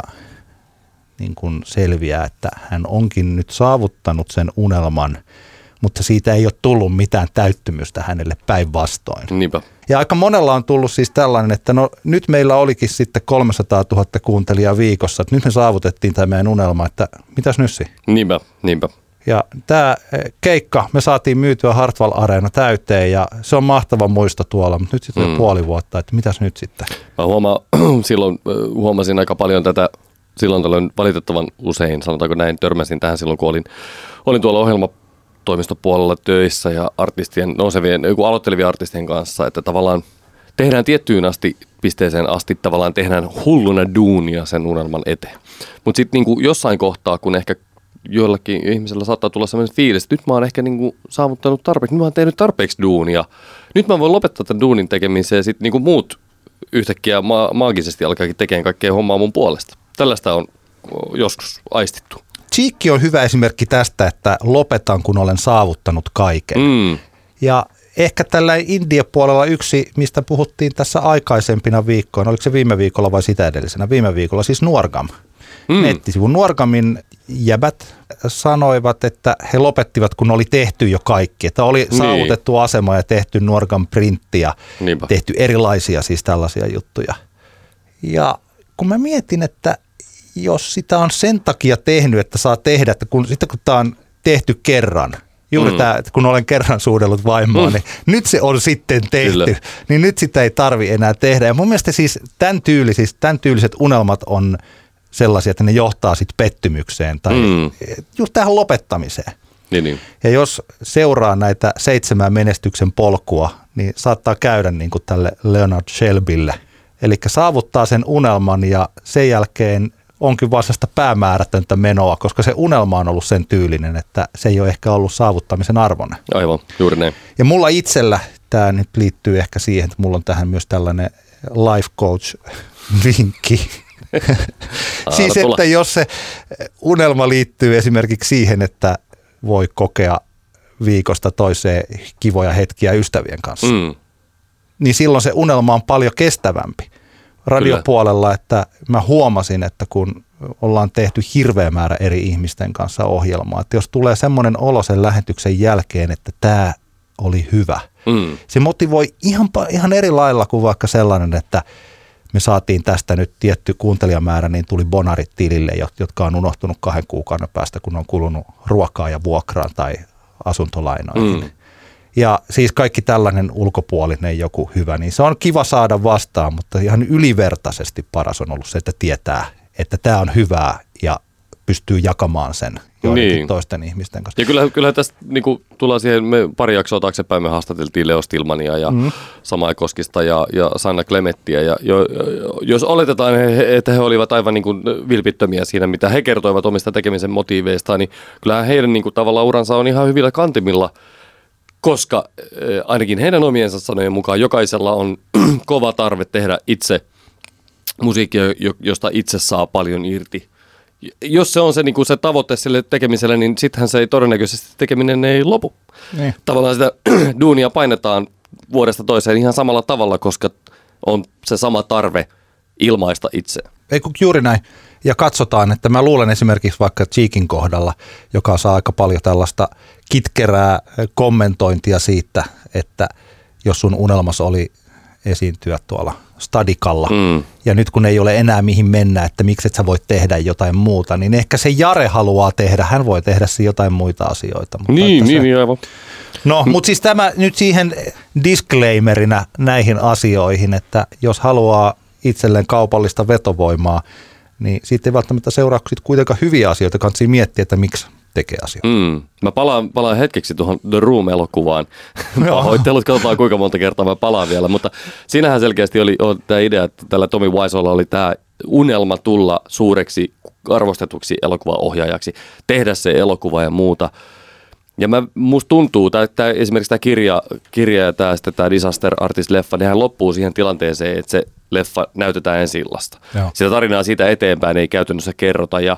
niin kuin selviää, että hän onkin nyt saavuttanut sen unelman, mutta siitä ei ole tullut mitään täyttymystä hänelle päinvastoin. Niinpä. Ja aika monella on tullut siis tällainen, että no nyt meillä olikin sitten 300 000 kuuntelijaa viikossa, että nyt me saavutettiin tämä meidän unelma, että mitäs nyt si? Niinpä. Ja tämä keikka, me saatiin myytyä Hartwall Areena täyteen ja se on mahtava muisto tuolla, mutta nyt sitten on puoli vuotta, että mitäs nyt sitten? Mä silloin huomasin aika paljon tätä, silloin tällöin valitettavan usein, sanotaanko näin, törmäsin tähän silloin, kun olin tuolla ohjelmatoimistopuolella töissä ja artistien, aloittelevien artistien kanssa, että tavallaan tehdään tiettyyn pisteeseen asti, tavallaan tehdään hulluna duunia sen unelman eteen. Mutta sitten niinku jossain kohtaa, kun ehkä joillakin ihmisellä saattaa tulla sellainen fiilis, että nyt mä oon ehkä niinku saavuttanut tarpeeksi, nyt mä oon tehnyt tarpeeksi duunia. Nyt mä voin lopettaa tämän duunin tekemisen ja sitten niinku muut yhtäkkiä maagisesti alkaakin tekemään kaikkea hommaa mun puolesta. Tällaista on joskus aistittu. Cheekki on hyvä esimerkki tästä, että lopetan, kun olen saavuttanut kaiken. Ja ehkä tällä indie-puolella yksi, mistä puhuttiin tässä aikaisempina viikkoina, oliko se viime viikolla vai sitä edellisenä? Viime viikolla siis Nuorgam. Nettisivun Nuorgamin jäbät sanoivat, että he lopettivat, kun oli tehty jo kaikki. Että oli saavutettu asema ja tehty Nuorgam printti ja tehty erilaisia siis tällaisia juttuja. Ja kun mä mietin, että jos sitä on sen takia tehnyt, että saa tehdä, että kun tämä on tehty kerran, juuri tämä, että kun olen kerran suudellut vaimoa, niin nyt se on sitten tehty, kyllä. Niin nyt sitä ei tarvi enää tehdä. Ja mun mielestä siis tämän tyyliset unelmat on sellaisia, että ne johtaa sitten pettymykseen tai just tähän lopettamiseen. Niin. Ja jos seuraa näitä 7 menestyksen polkua, niin saattaa käydä niin kuin tälle Leonard Shelbylle. Eli saavuttaa sen unelman ja sen jälkeen onkin vasta sitä päämäärätöntä menoa, koska se unelma on ollut sen tyylinen, että se ei ole ehkä ollut saavuttamisen arvoinen. Aivan, juuri näin. Ja mulla itsellä tämä nyt liittyy ehkä siihen, että mulla on tähän myös tällainen life coach-vinkki. Siis, että jos se unelma liittyy esimerkiksi siihen, että voi kokea viikosta toiseen kivoja hetkiä ystävien kanssa, niin silloin se unelma on paljon kestävämpi. Radiopuolella, että mä huomasin, että kun ollaan tehty hirveä määrä eri ihmisten kanssa ohjelmaa, että jos tulee semmoinen olo sen lähetyksen jälkeen, että tämä oli hyvä, se motivoi ihan eri lailla kuin vaikka sellainen, että me saatiin tästä nyt tietty kuuntelijamäärä, niin tuli bonarit tilille, jotka on unohtunut 2 kuukauden päästä, kun on kulunut ruokaa ja vuokraan tai asuntolainoihin. Ja siis kaikki tällainen ulkopuolinen joku hyvä, niin se on kiva saada vastaan, mutta ihan ylivertaisesti paras on ollut se, että tietää, että tämä on hyvää ja pystyy jakamaan sen joidenkin toisten ihmisten kanssa. Ja kyllähän tästä niin tullaan siihen, me pari jaksoa taaksepäin me haastateltiin Leo Stillmania ja Samai Koskista ja Sanna Klemettiä. Ja jos oletetaan, että he olivat aivan niin kuin vilpittömiä siinä, mitä he kertoivat omista tekemisen motiiveistaan, niin kyllähän heidän niin kuin tavallaan uransa on ihan hyvillä kantimilla, koska ainakin heidän omiensa sanojen mukaan jokaisella on kova tarve tehdä itse musiikkia, josta itse saa paljon irti. Jos se on se, niin kuin se tavoite sille tekemiselle, niin sittenhän se ei todennäköisesti tekeminen ei lopu. Niin. Tavallaan sitä duunia painetaan vuodesta toiseen ihan samalla tavalla, koska on se sama tarve ilmaista itse. Ei kun juuri näin. Ja katsotaan, että mä luulen esimerkiksi vaikka Cheekin kohdalla, joka saa aika paljon tällaista kitkerää kommentointia siitä, että jos sun unelmas oli esiintyä tuolla Stadikalla, ja nyt kun ei ole enää mihin mennä, että miksi et sä voit tehdä jotain muuta, niin ehkä se Jare haluaa tehdä, hän voi tehdä jotain muita asioita. Mutta niin aivan. No, mutta siis tämä nyt siihen disclaimerina näihin asioihin, että jos haluaa itselleen kaupallista vetovoimaa, niin siitä ei välttämättä seuraa kuitenkaan hyviä asioita, kannattaa miettiä, että miksi tekee asioita. Mä palaan hetkeksi tuohon The Room-elokuvaan. Pahoittelut, katsotaan kuinka monta kertaa mä palaan vielä, mutta siinähän selkeästi oli tämä idea, että tällä Tommy Wiseaulla oli tämä unelma tulla suureksi arvostetuksi elokuvaohjaajaksi, tehdä se elokuva ja muuta. Ja musta tuntuu, että esimerkiksi tämä kirja ja tämä Disaster Artist-leffa, nehän loppuu siihen tilanteeseen, että se leffa näytetään ensi-illasta. Sitä tarinaa siitä eteenpäin ei käytännössä kerrota ja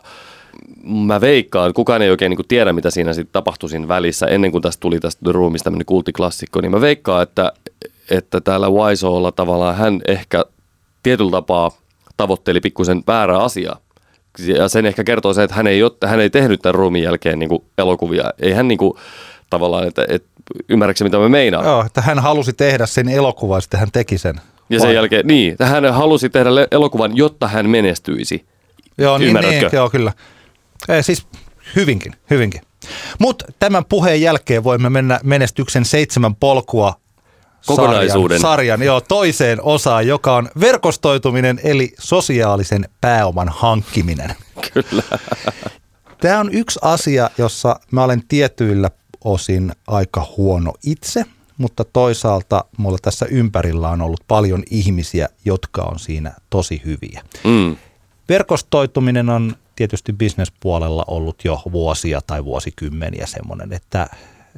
mä veikkaan, kukaan ei oikein niin kuin tiedä, mitä siinä sitten tapahtui siinä välissä, ennen kuin tästä tuli tästä The Roomista tämmöinen kulttiklassikko, niin mä veikkaan, että täällä Wiseaulla tavallaan hän ehkä tietyllä tapaa tavoitteli pikkusen väärää asiaa. Ja sen ehkä kertoo se, että hän ei tehnyt tämän Roomin jälkeen niin kuin elokuvia. Ei hän niin kuin, tavallaan, että ymmärrätkö mitä mä meinaan? Joo, että hän halusi tehdä sen elokuvan, sitten hän teki sen. Ja sen jälkeen, niin, hän halusi tehdä elokuvan, jotta hän menestyisi. Joo, niin, joo kyllä. Siis hyvinkin. Mutta tämän puheen jälkeen voimme mennä menestyksen 7 polkua sarjan toiseen osaan, joka on verkostoituminen eli sosiaalisen pääoman hankkiminen. Kyllä. Tämä on yksi asia, jossa mä olen tietyillä osin aika huono itse, mutta toisaalta mulla tässä ympärillä on ollut paljon ihmisiä, jotka on siinä tosi hyviä. Verkostoituminen on tietysti bisnespuolella ollut jo vuosia tai vuosikymmeniä semmoinen, että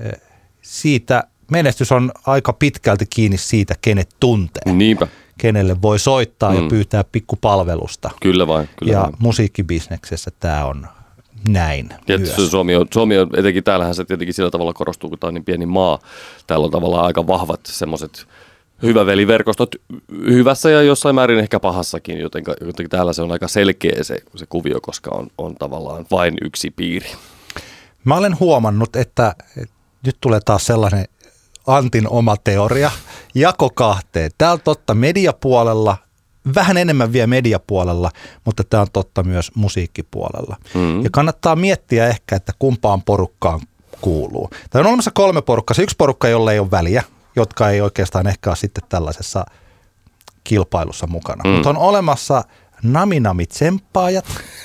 siitä menestys on aika pitkälti kiinni siitä, kenet tuntee. Niinpä. Kenelle voi soittaa ja pyytää pikkupalvelusta. Kyllä vain. Musiikkibisneksessä tämä on näin. Tietysti Suomi on, etenkin täällähän se tietenkin sillä tavalla korostuu, kun tämä on niin pieni maa. Täällä on tavallaan aika vahvat semmoiset hyväveliverkostot hyvässä ja jossain määrin ehkä pahassakin, joten täällä se on aika selkeä se kuvio, koska on tavallaan vain yksi piiri. Mä olen huomannut, että nyt tulee taas sellainen Antin oma teoria, jako kahteen. Täällä totta mediapuolella vähän enemmän vielä mediapuolella, mutta tämä on totta myös musiikkipuolella. Ja kannattaa miettiä ehkä, että kumpaan porukkaan kuuluu. Tämä on olemassa 3 porukkaa. Se yksi porukka, jolla ei ole väliä, jotka ei oikeastaan ehkä ole sitten tällaisessa kilpailussa mukana. Mutta on olemassa nami-nami-tsemppaajat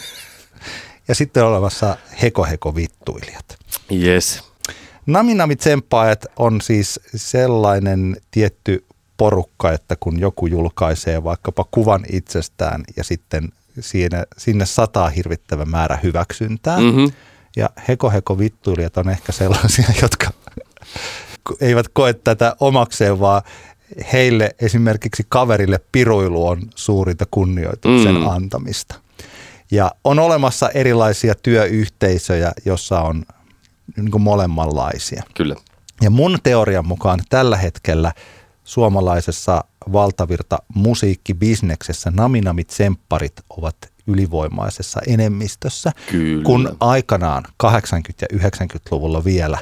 ja sitten on olemassa heko-heko-vittuilijat. Yes. Nami-nami-tsemppaajat on siis sellainen tietty porukka, että kun joku julkaisee vaikkapa kuvan itsestään ja sitten sinne sataa hirvittävä määrä hyväksyntää. Ja heko-heko-vittuilijat on ehkä sellaisia, jotka eivät koe tätä omakseen, vaan heille esimerkiksi kaverille piruilu on suurinta kunnioituksen antamista. Ja on olemassa erilaisia työyhteisöjä, jossa on niin kuin molemmanlaisia. Kyllä. Ja mun teorian mukaan tällä hetkellä suomalaisessa valtavirta musiikkibisneksessä nami-nami-tsempparit ovat ylivoimaisessa enemmistössä, Kyllä. kun aikanaan 80- ja 90-luvulla vielä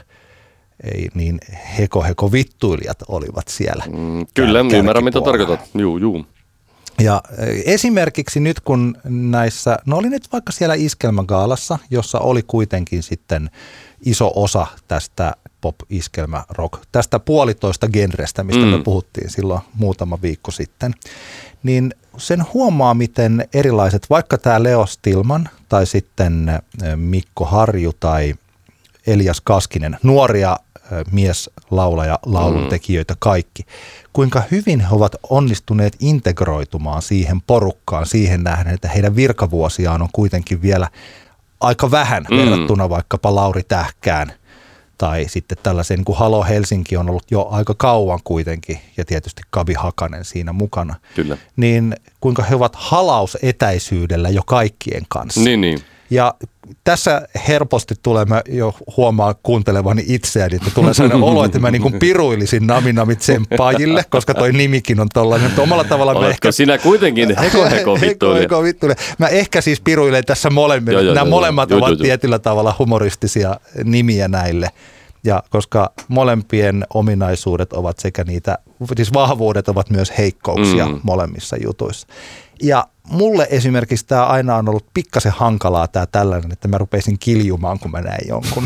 niin heko-vittuilijat olivat siellä. Kyllä, ymmärrän mitä tarkoitat. Juu. Ja esimerkiksi nyt kun näissä, no oli nyt vaikka siellä Iskelmägaalassa, jossa oli kuitenkin sitten iso osa tästä pop-iskelmä-rock, tästä puolitoista genrestä, mistä me puhuttiin silloin muutama viikko sitten, niin sen huomaa, miten erilaiset, vaikka tämä Leo Stillman tai sitten Mikko Harju tai Elias Kaskinen, nuoria mieslaulaja, lauluntekijöitä kaikki, kuinka hyvin he ovat onnistuneet integroitumaan siihen porukkaan, siihen nähden, että heidän virkavuosiaan on kuitenkin vielä aika vähän verrattuna vaikkapa Lauri Tähkään tai sitten tällaisen niin kuin Halo Helsinki on ollut jo aika kauan kuitenkin ja tietysti Gabi Hakanen siinä mukana. Kyllä. Niin kuinka he ovat halausetäisyydellä jo kaikkien kanssa. Niin. Ja tässä helposti tulee, mä jo huomaan kuuntelevani itseäni, että tulee sellainen olo, että mä niin kuin piruilisin nami-nami-tsemppaajille, koska toi nimikin on tollainen. Että omalla tavalla Oletko ehkä sinä kuitenkin heko-vittuilija? Mä ehkä siis piruilen tässä molemmille. Nämä molemmat ovat tietyllä tavalla humoristisia nimiä näille. Ja koska molempien ominaisuudet ovat sekä niitä, siis vahvuudet ovat myös heikkouksia molemmissa jutuissa. Ja mulle esimerkiksi tämä aina on ollut pikkasen hankalaa tämä tällainen, että mä rupeisin kiljumaan, kun mä näen jonkun.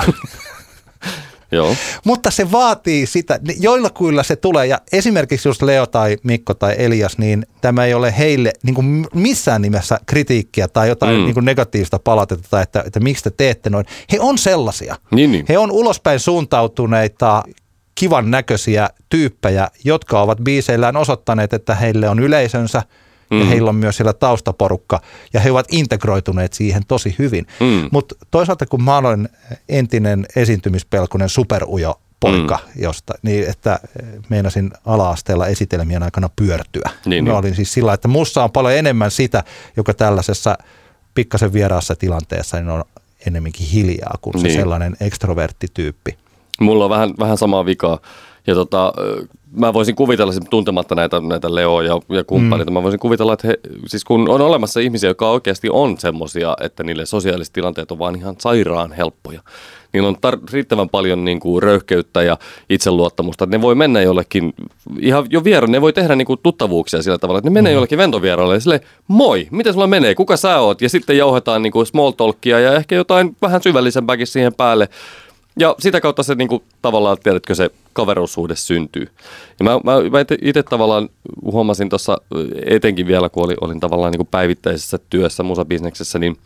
Joo. Mutta se vaatii sitä, joillakuilla se tulee, ja esimerkiksi just Leo tai Mikko tai Elias, niin tämä ei ole heille niin kuin missään nimessä kritiikkiä tai jotain niin kuin negatiivista palautetta, tai että miksi te teette noin. He on sellaisia. Niin. He on ulospäin suuntautuneita, kivan näköisiä tyyppejä, jotka ovat biiseillään osoittaneet, että heille on yleisönsä, ja heillä on myös siellä taustaporukka, ja he ovat integroituneet siihen tosi hyvin. Mutta toisaalta kun mä olen entinen esiintymispelkunen superujo poika, josta, niin että meinasin ala-asteella esitelmien aikana pyörtyä. Niin. Mä olin siis sillä, että musta on paljon enemmän sitä, joka tällaisessa pikkasen vieraassa tilanteessa niin on enemmänkin hiljaa kuin se sellainen ekstroverttityyppi. Mulla on vähän samaa vikaa. Ja mä voisin kuvitella, tuntematta näitä Leo ja kumppaneita, mä voisin kuvitella, että siis kun on olemassa ihmisiä, jotka oikeasti on semmoisia, että niille sosiaaliset tilanteet on vaan ihan sairaan helppoja. Niillä on riittävän paljon niin kuin röyhkeyttä ja itseluottamusta, että ne voi mennä jollekin, ihan jo vieraan, ne voi tehdä niin kuin tuttavuuksia sillä tavalla, että ne menee jollekin ventovieraalle ja silleen, moi, miten sulla menee, kuka sä oot? Ja sitten jauhetaan niin kuin small talkia ja ehkä jotain vähän syvällisempääkin siihen päälle. Ja sitä kautta se niin kuin, tavallaan, tiedätkö, se kaveruussuhde syntyy. Ja mä itse tavallaan huomasin tuossa etenkin vielä, kun olin tavallaan niin kuin päivittäisessä työssä musabisneksessä, niin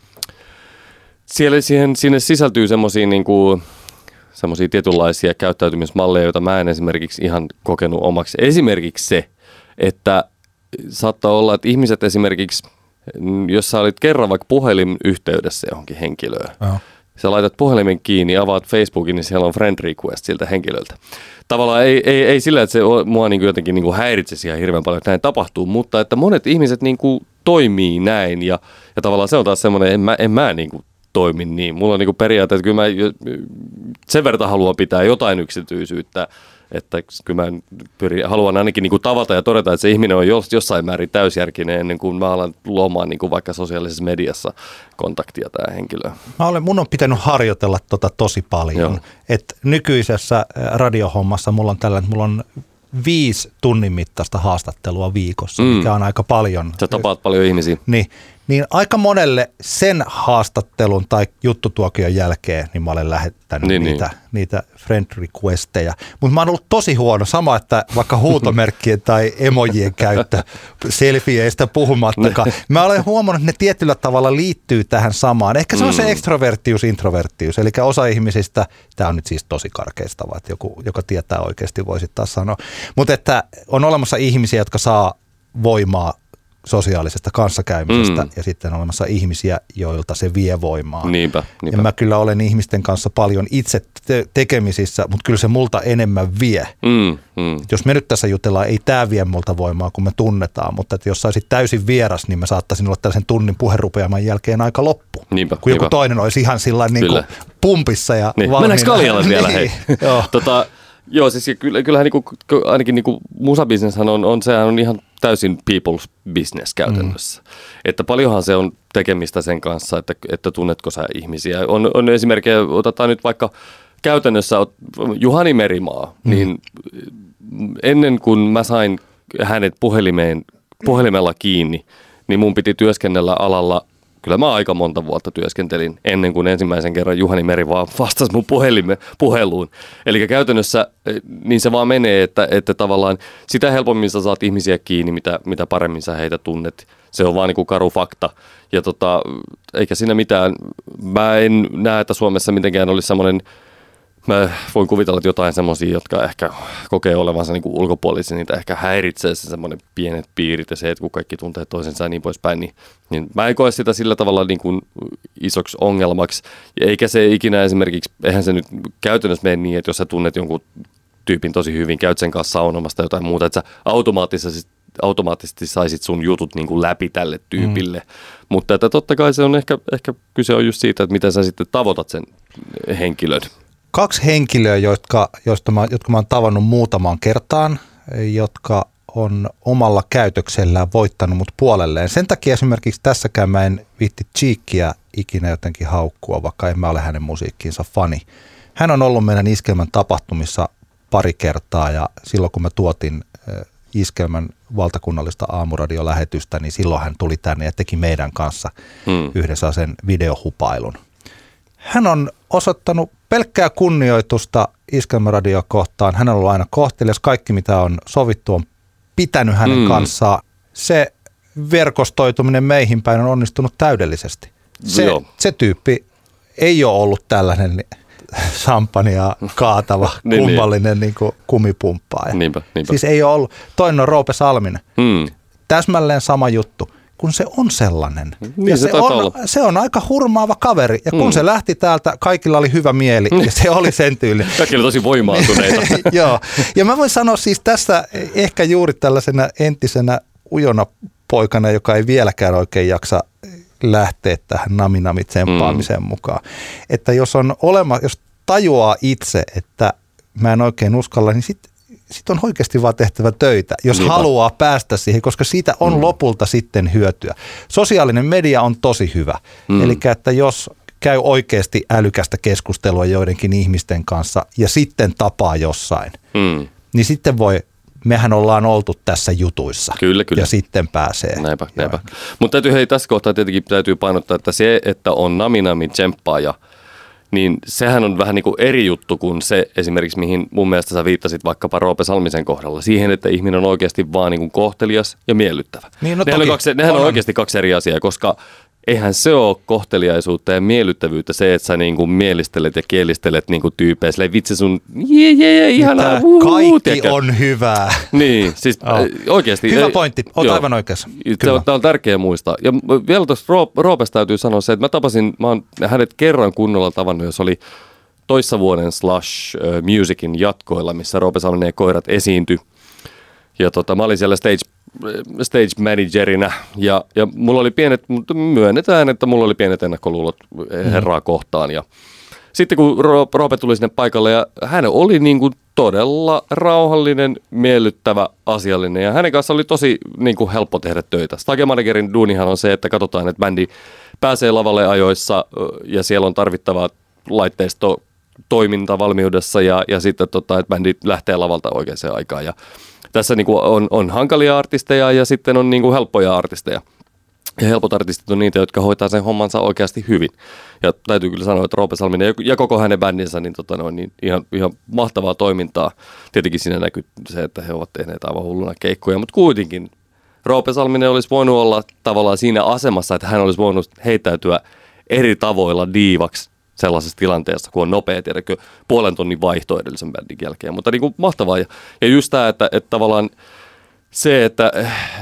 sinne sisältyy semmoisia niin kuin tietynlaisia käyttäytymismalleja, joita mä en esimerkiksi ihan kokenut omaksi. Esimerkiksi se, että saattaa olla, että ihmiset esimerkiksi, jos sä olit kerran vaikka puhelinyhteydessä johonkin henkilöön, sä laitat puhelimen kiinni, avaat Facebookin, niin siellä on friend request siltä henkilöltä. Tavallaan ei sillä, että se mua niin kuin jotenkin niin kuin häiritsisi ihan hirveän paljon, että näin tapahtuu, mutta että monet ihmiset niin kuin toimii näin ja tavallaan se on taas semmoinen, en mä niin kuin toimi niin. Mulla on niin kuin periaate, että kyllä mä sen verran haluan pitää jotain yksityisyyttä, että kyllä mä haluan ainakin niin kuin tavata ja todeta, että se ihminen on jossain määrin täysjärkinen ennen kuin mä alan luomaan niin kuin vaikka sosiaalisessa mediassa kontaktia tämä henkilö. Mun on pitänyt harjoitella tosi paljon. Et nykyisessä radiohommassa mulla on tällainen, mulla on 5 tunnin mittaista haastattelua viikossa, mikä on aika paljon. Sä tapaat paljon ihmisiä. Niin aika monelle sen haastattelun tai juttutuokion jälkeen niin mä olen lähettänyt niitä friend requesteja. Mutta mä oon ollut tosi huono, sama että vaikka huutomerkkien tai emojien käyttö, selfieistä puhumattakaan. Mä olen huomannut, että ne tietyllä tavalla liittyy tähän samaan. Ehkä se on se extrovertius, introvertius. Eli osa ihmisistä, tämä on nyt siis tosi karkeistava, että joku, joka tietää oikeasti voisi taas sanoa. Mutta että on olemassa ihmisiä, jotka saa voimaa sosiaalisesta kanssakäymisestä ja sitten on olemassa ihmisiä, joilta se vie voimaa. Niinpä. Ja mä kyllä olen ihmisten kanssa paljon itse tekemisissä, mutta kyllä se multa enemmän vie. Jos me nyt tässä jutellaan, ei tämä vie multa voimaa, kun me tunnetaan, mutta että jos saisit täysin vieras, niin mä saattaisin olla tällaisen tunnin puherupeaman jälkeen aika loppu. Kun joku toinen olisi ihan sillain niin kuin pumpissa ja valmiina. Mennäänkö Kaljalle vielä, hei? Joo, siis kyllähän ainakin musabisneshän sehän on ihan täysin people's business käytännössä. Että paljonhan se on tekemistä sen kanssa, että tunnetko sä ihmisiä. On esimerkkejä, otetaan nyt vaikka käytännössä Juhani Merimaa, niin ennen kuin mä sain hänet puhelimella kiinni, niin mun piti työskennellä alalla. Kyllä mä aika monta vuotta työskentelin ennen kuin ensimmäisen kerran Juhani Meri vaan vastasi mun puheluun. Eli käytännössä niin se vaan menee, että tavallaan sitä helpommin sä saat ihmisiä kiinni, mitä paremmin sä heitä tunnet. Se on vaan niin kuin karu fakta. Ja eikä siinä mitään. Mä en näe, että Suomessa mitenkään olisi semmoinen. Mä voin kuvitella, että jotain semmoisia, jotka ehkä kokee olevansa niin kuin ulkopuolisia, niitä ehkä häiritsee se semmoinen pienet piirit ja se, että kun kaikki tuntee toisensa ja niin poispäin, niin mä en koe sitä sillä tavalla niin kuin isoksi ongelmaksi. Eikä se ikinä esimerkiksi, eihän se nyt käytännössä mene niin, että jos sä tunnet jonkun tyypin tosi hyvin, käyt sen kanssa saunomasta jotain muuta, että sä automaattisesti saisit sun jutut niin kuin läpi tälle tyypille. Mutta että totta kai se on ehkä kyse on just siitä, että miten sä sitten tavoitat sen henkilön. 2 henkilöä, jotka mä oon tavannut muutamaan kertaan, jotka on omalla käytöksellään voittanut mut puolelleen. Sen takia esimerkiksi tässäkään mä en viitti Cheekkiä ikinä jotenkin haukkua, vaikka en mä ole hänen musiikkiinsa fani. Hän on ollut meidän Iskelmän tapahtumissa pari kertaa ja silloin kun mä tuotin Iskelmän valtakunnallista aamuradiolähetystä, niin silloin hän tuli tänne ja teki meidän kanssa yhdessä sen videohupailun. Hän on osoittanut pelkkää kunnioitusta Iskelmäradioa kohtaan. Hän on ollut aina kohtelias. Kaikki, mitä on sovittu, on pitänyt hänen kanssaan. Se verkostoituminen meihin päin on onnistunut täydellisesti. Se tyyppi ei ole ollut tällainen champagnea kaatava, kummallinen niin kuin kumipumppaaja. Niinpä. Siis ei ole ollut. Toinen on Roope Salminen. Täsmälleen sama juttu. Kun se on sellainen. Niin ja se on aika hurmaava kaveri. Ja kun se lähti täältä, kaikilla oli hyvä mieli. Ja se oli sen tyylinen. Kaikki oli tosi voimaantuneita. Joo. Ja mä voin sanoa siis tässä ehkä juuri tällaisena entisenä ujona poikana, joka ei vieläkään oikein jaksa lähteä tähän nami-tsemppaamiseen mukaan. Että jos tajuaa itse, että mä en oikein uskalla, niin sitten on oikeasti vaan tehtävä töitä, jos haluaa päästä siihen, koska siitä on lopulta sitten hyötyä. Sosiaalinen media on tosi hyvä. Eli että jos käy oikeasti älykästä keskustelua joidenkin ihmisten kanssa ja sitten tapaa jossain, niin sitten mehän ollaan oltu tässä jutuissa. Kyllä. Ja sitten pääsee. Näinpä. Mutta tässä kohtaa tietenkin täytyy painottaa, että se, että on nami-tsemppaaja, niin sehän on vähän niin kuin eri juttu kuin se esimerkiksi, mihin mun mielestä sä viittasit vaikkapa Roope Salmisen kohdalla. Siihen, että ihminen on oikeasti vaan niin kuin kohtelias ja miellyttävä. Niin, nehän on oikeasti 2 eri asiaa, koska eihän se ole kohteliaisuutta ja miellyttävyyttä se, että sä niin kuin mielistelet ja kielistelet niin kuin tyyppejä. Silleen vitsi sun ihanaa. Kaikki on hyvää. Niin, siis oikeasti. Hyvä pointti, oot aivan oikeassa. Tämä on tärkeää muistaa. Ja vielä tuosta Roopesta täytyy sanoa se, että mä oon hänet kerran kunnolla tavannut, jos oli toissa vuoden Slash Musicin jatkoilla, missä Roope Salminen ja koirat esiintyi. Ja mä olin siellä stage managerina ja mulla oli myönnetään, että mulla oli pienet ennakkoluulot herraa kohtaan. Ja sitten kun Roope tuli sinne paikalle ja hän oli niin kuin todella rauhallinen, miellyttävä, asiallinen ja hänen kanssa oli tosi niin kuin helppo tehdä töitä. Stage managerin duunihan on se, että katsotaan, että bändi pääsee lavalle ajoissa ja siellä on tarvittava laitteisto toimintavalmiudessa ja sitten että bändi lähtee lavalta oikeaan aikaan. Ja tässä niin kuin on hankalia artisteja ja sitten on niin kuin helppoja artisteja. Ja helpot artistit on niitä, jotka hoitaa sen hommansa oikeasti hyvin. Ja täytyy kyllä sanoa, että Roope Salminen ja koko hänen bändinsä, niin ihan mahtavaa toimintaa. Tietenkin siinä näkyy se, että he ovat tehneet aivan hulluna keikkoja, mutta kuitenkin Roope Salminen olisi voinut olla tavallaan siinä asemassa, että hän olisi voinut heittäytyä eri tavoilla diivaksi sellaisessa tilanteessa, kun on nopea, tiedätkö, puolen tunnin vaihto edellisen bändin jälkeen. Mutta niin kuin mahtavaa. Ja just tämä, että tavallaan se, että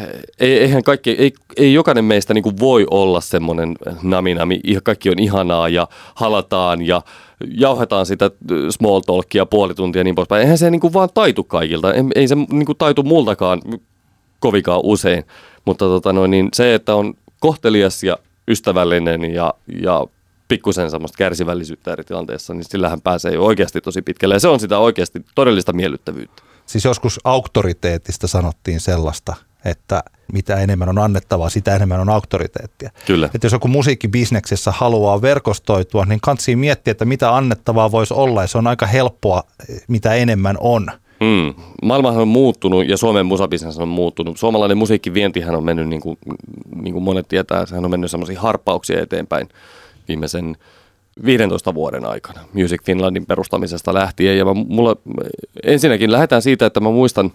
ei jokainen meistä niin kuin voi olla semmoinen nami, kaikki on ihanaa ja halataan ja jauhetaan sitä small talkia puoli tuntia ja niin poispäin. Eihän se niin kuin vaan taitu kaikilta, ei se niin kuin taitu multakaan kovinkaan usein, mutta niin se, että on kohtelias ja ystävällinen ja pikkusen semmoista kärsivällisyyttä eri tilanteessa, niin sillähän pääsee jo oikeasti tosi pitkälle ja se on sitä oikeasti todellista miellyttävyyttä. Siis joskus auktoriteetista sanottiin sellaista, että mitä enemmän on annettavaa, sitä enemmän on auktoriteettia. Kyllä. Että jos joku musiikkibisneksessä haluaa verkostoitua, niin kannattaa miettiä, että mitä annettavaa voisi olla ja se on aika helppoa, mitä enemmän on. Maailmahan on muuttunut ja Suomen musabisnes on muuttunut. Suomalainen musiikkivientihän on mennyt, niin kuin monet tietää, sehän on mennyt semmoisia harppauksia eteenpäin viimeisen 15 vuoden aikana Music Finlandin perustamisesta lähtien. Ja mulla ensinnäkin lähdetään siitä, että mä muistan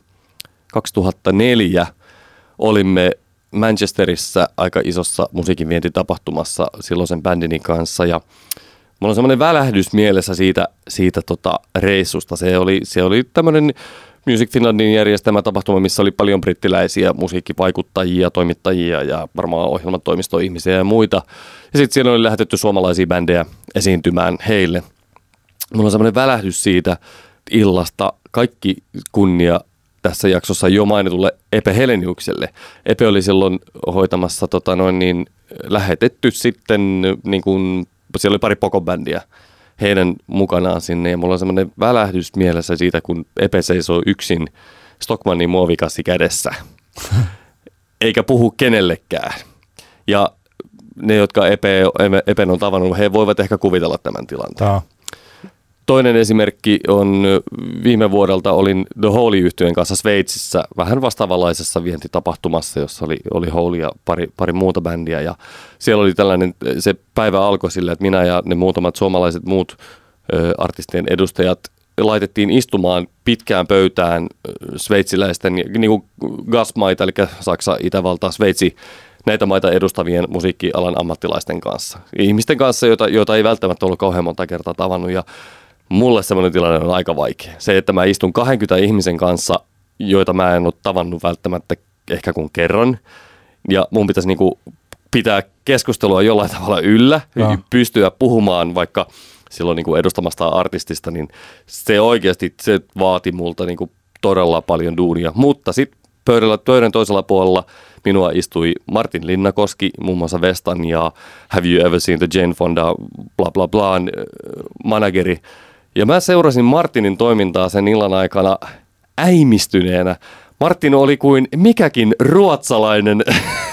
2004 olimme Manchesterissa aika isossa musiikinvientitapahtumassa silloisen bändini kanssa ja mulla on semmoinen välähdys mielessä siitä reissusta. Se oli tämmöinen Music Finlandin järjestämä tapahtuma, missä oli paljon brittiläisiä musiikkivaikuttajia, toimittajia ja varmaan ohjelmatoimistoihmisiä ja muita. Ja sitten siellä oli lähetetty suomalaisia bändejä esiintymään heille. Mulla on semmoinen välähdys siitä illasta. Kaikki kunnia tässä jaksossa jo mainitulle Epe Heleniukselle. Epe oli silloin hoitamassa lähetetty sitten, niin kuin, siellä oli pari Pokon-bändiä heidän mukanaan sinne. Ja mulla on semmoinen välähdys mielessä siitä, kun Epe seisoo yksin Stockmannin muovikassi kädessä, eikä puhu kenellekään. Ja ne, jotka Epen on tavannut, he voivat ehkä kuvitella tämän tilanteen. Toinen esimerkki on viime vuodelta olin The Holy-yhtyeen kanssa Sveitsissä vähän vastaavanlaisessa vientitapahtumassa, jossa oli Holy ja pari muuta bändiä. Ja siellä oli tällainen, se päivä alkoi sillä, että minä ja ne muutamat suomalaiset muut artistien edustajat laitettiin istumaan pitkään pöytään sveitsiläisten, niin kuin GAS-maita, eli Saksa, Itävalta, Sveitsi, näitä maita edustavien musiikkialan ammattilaisten kanssa. Ihmisten kanssa, joita ei välttämättä ollut kauhean monta kertaa tavannut ja mulle semmoinen tilanne on aika vaikea. Se, että mä istun 20 ihmisen kanssa, joita mä en ole tavannut välttämättä ehkä kuin kerran. Ja mun pitäisi niinku pitää keskustelua jollain tavalla yllä, pystyä puhumaan vaikka silloin niinku edustamasta artistista, niin se oikeasti se vaati multa niinku todella paljon duunia. Mutta sitten pöydän toisella puolella minua istui Martin Linnakoski, muun muassa Vestan ja Have You Ever Seen the Jane Fonda, bla bla bla, manageri. Ja mä seurasin Martinin toimintaa sen illan aikana äimistyneenä. Martin oli kuin mikäkin ruotsalainen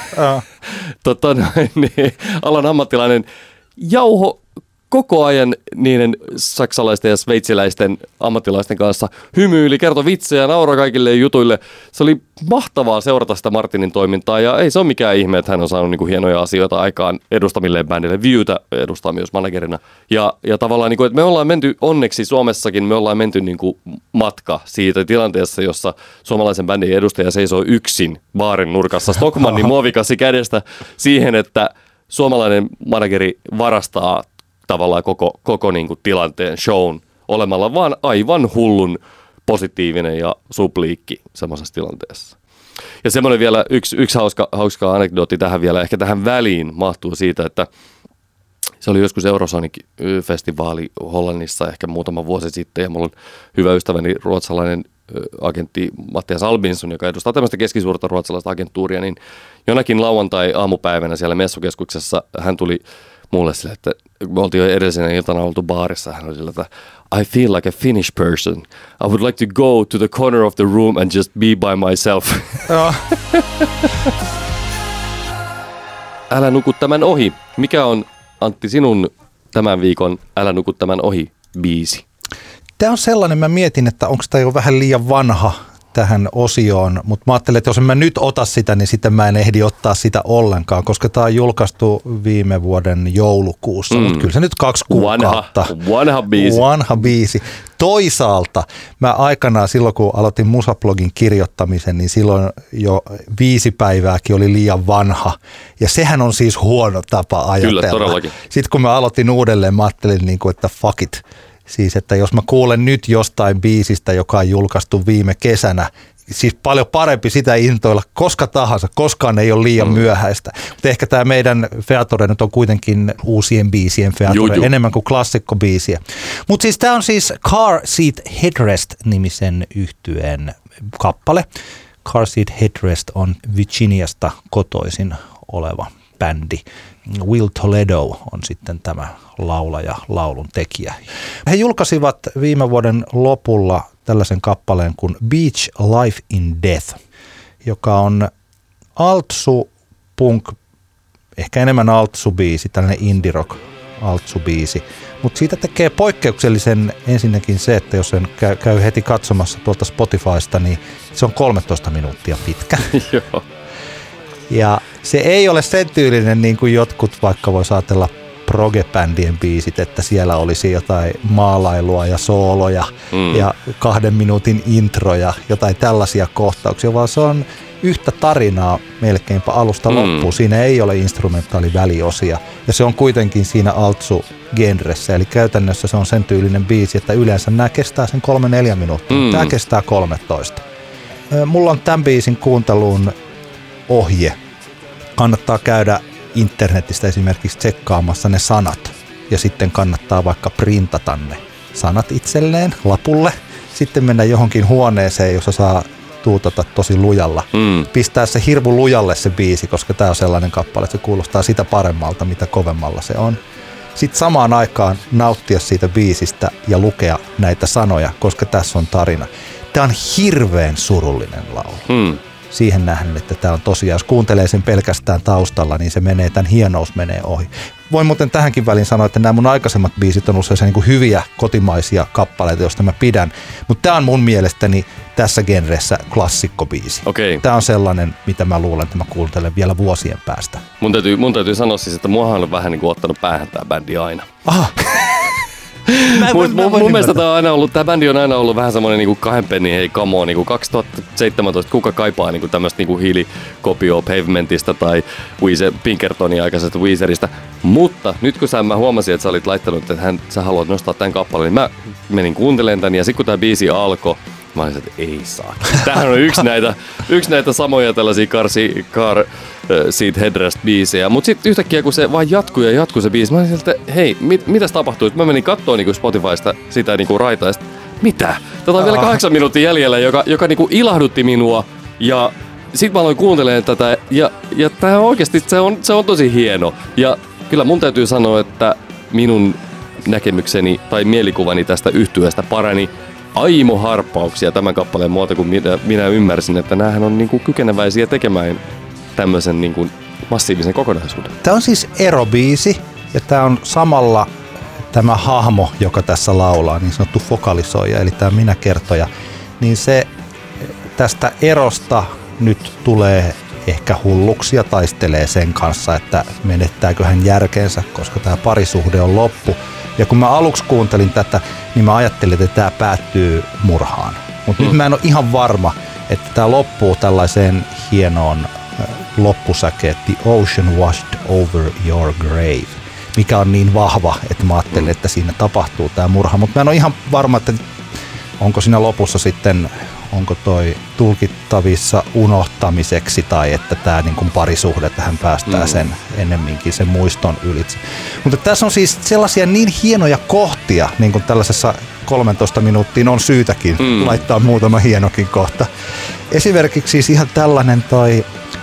alan ammattilainen jauho koko ajan niiden saksalaisten ja sveitsiläisten ammattilaisten kanssa hymyili, kertoi vitsejä, nauroi kaikille jutuille. Se oli mahtavaa seurata sitä Martinin toimintaa ja ei se ole mikään ihme, että hän on saanut niinku hienoja asioita aikaan edustamilleen bändille. Viewtä edustaa myös managerina. Ja tavallaan, niinku, että me ollaan menty onneksi Suomessakin, me ollaan menty niinku matka siitä tilanteessa, jossa suomalaisen bändin edustaja seisoo yksin baarin nurkassa Stockmannin muovikassi kädestä siihen, että suomalainen manageri varastaa tavallaan koko niin kuin tilanteen, shown, olemalla vaan aivan hullun positiivinen ja supliikki semmoisessa tilanteessa. Ja semmoinen vielä yksi hauska anekdootti tähän vielä, ehkä tähän väliin mahtuu siitä, että se oli joskus Eurosonic-festivaali Hollannissa ehkä muutama vuosi sitten, ja mulla on hyvä ystäväni ruotsalainen agentti Mattias Albinson, joka edustaa tämmöistä keskisuurta ruotsalaista agenttuuria, niin jonakin lauantai-aamupäivänä siellä messukeskuksessa hän tuli mulle sille, että me oltiin jo edellisenä iltana oltu baarissa. Hän oli sillä, että I feel like a Finnish person. I would like to go to the corner of the room and just be by myself. Älä nuku tämän ohi. Mikä on, Antti, sinun tämän viikon Älä nuku tämän ohi biisi? Tämä on sellainen, mä mietin, että onko tämä jo vähän liian vanha tähän osioon, mutta mä ajattelin, että jos en mä nyt ota sitä, niin sitten mä en ehdi ottaa sitä ollenkaan, koska tämä on julkaistu viime vuoden joulukuussa, mutta kyllä se nyt 2 kuukautta. Vanha biisi. Toisaalta mä aikanaan silloin, kun aloitin musablogin kirjoittamisen, niin silloin jo 5 päivääkin oli liian vanha. Ja sehän on siis huono tapa ajatella. Kyllä, todellakin. Sitten kun mä aloitin uudelleen, mä ajattelin, että fuck it. Siis, että jos mä kuulen nyt jostain biisistä, joka on julkaistu viime kesänä, siis paljon parempi sitä intoilla koska tahansa, koskaan ei ole liian myöhäistä. Mutta ehkä tämä meidän Featore nyt on kuitenkin uusien biisien Featore, enemmän kuin klassikkobiisiä. Mutta siis tämä on siis Car Seat Headrest-nimisen yhtyeen kappale. Car Seat Headrest on Virginiasta kotoisin oleva bändi. Will Toledo on sitten tämä laulaja, laulun tekijä. He julkaisivat viime vuoden lopulla tällaisen kappaleen kuin Beach Life in Death, joka on altsu-punk, ehkä enemmän altsu-biisi, tällainen indie-rock altsu-biisi. Mutta siitä tekee poikkeuksellisen ensinnäkin se, että jos sen käy heti katsomassa tuolta Spotifysta, niin se on 13 minuuttia pitkä. Joo. Ja se ei ole sen tyylinen niin kuin jotkut vaikka voisi ajatella proge-bändien biisit, että siellä olisi jotain maalailua ja sooloja ja 2 minuutin introja, jotain tällaisia kohtauksia, vaan se on yhtä tarinaa melkeinpä alusta loppuun. Siinä ei ole instrumentaaliväliosia ja se on kuitenkin siinä altsu-genressä, eli käytännössä se on sen tyylinen biisi, että yleensä nämä kestää sen 3-4 minuuttia. Tämä kestää 13. Mulla on tämän biisin kuunteluun ohje. Kannattaa käydä internetistä esimerkiksi tsekkaamassa ne sanat ja sitten kannattaa vaikka printata ne sanat itselleen lapulle. Sitten mennä johonkin huoneeseen, jossa saa tuutata tosi lujalla. Pistää se hirvu lujalle se biisi, koska tämä on sellainen kappale, että se kuulostaa sitä paremmalta, mitä kovemmalla se on. Sitten samaan aikaan nauttia siitä biisistä ja lukea näitä sanoja, koska tässä on tarina. Tämä on hirveän surullinen laulu. Siihen nähden, että tämä on tosiaan, jos kuuntelee sen pelkästään taustalla, niin se menee, tämän hienous menee ohi. Voin muuten tähänkin väliin sanoa, että nämä mun aikaisemmat biisit on usein niin kuin hyviä kotimaisia kappaleita, joista mä pidän, mutta tämä on mun mielestäni tässä genressä klassikkobiisi. Okay. Tämä on sellainen, mitä mä luulen, että mä kuuntelen vielä vuosien päästä. Mun täytyy sanoa siis, että muahan on vähän niin kuin ottanut päähän tämä bändi aina. Aha. Mun mielestä tämä bändi on aina ollut vähän semmoinen niinku 2 pennin hei kamo, niinku 2017 kuka kaipaa niinku tämmöistä niinku hiilikopioa Pavementista tai Pinkertonin aikaisesta Weezeristä. Mutta nyt kun mä huomasin, että sä olit laittanut, että sä haluat nostaa tämän kappaleen, niin mä menin kuuntelemaan tän ja sitten kun tämä biisi alkoi, mä olin, että ei saa. Tämähän on yksi näitä samoja tällaisia Car Seat Headrest-biisejä. Mutta sitten yhtäkkiä, kun se vaan jatkuu se biisi, mä olin sieltä, että hei, mitäs tapahtuu? Mä menin katsoa niinku Spotifysta sitä niinku raitaa. Mitä? Tätä on vielä 8 minuuttia jäljellä, joka niinku ilahdutti minua. Ja sitten mä aloin kuuntelemaan tätä. Ja tää oikeasti, se on tosi hieno. Ja kyllä mun täytyy sanoa, että minun näkemykseni tai mielikuvani tästä yhtyeestä parani aimo harppauksia tämän kappaleen muuta, kun minä ymmärsin, että näähän on niinku kykeneväisiä tekemään tämmöisen niinku massiivisen kokonaisuuden. Tämä on siis erobiisi ja tämä on samalla tämä hahmo, joka tässä laulaa, niin sanottu fokalisoija, eli tämä minäkertoja, niin se tästä erosta nyt tulee ehkä hulluksia, taistelee sen kanssa, että menettääkö hän järkeensä, koska tämä parisuhde on loppu. Ja kun mä aluksi kuuntelin tätä, niin mä ajattelin, että tämä päättyy murhaan. Mutta nyt mä en ole ihan varma, että tämä loppuu tällaiseen hienoon loppusäkeen, The Ocean Washed Over Your Grave, mikä on niin vahva, että mä ajattelin, että siinä tapahtuu tämä murha. Mutta mä en ole ihan varma, että onko siinä lopussa sitten, onko toi tulkittavissa unohtamiseksi tai että tämä niin kuin parisuhde tähän päästää sen ennemminkin sen muiston ylitse. Mutta tässä on siis sellaisia niin hienoja kohtia, niin kuin tällaisessa 13 minuuttiin on syytäkin laittaa muutama hienokin kohta. Esimerkiksi siis ihan tällainen toi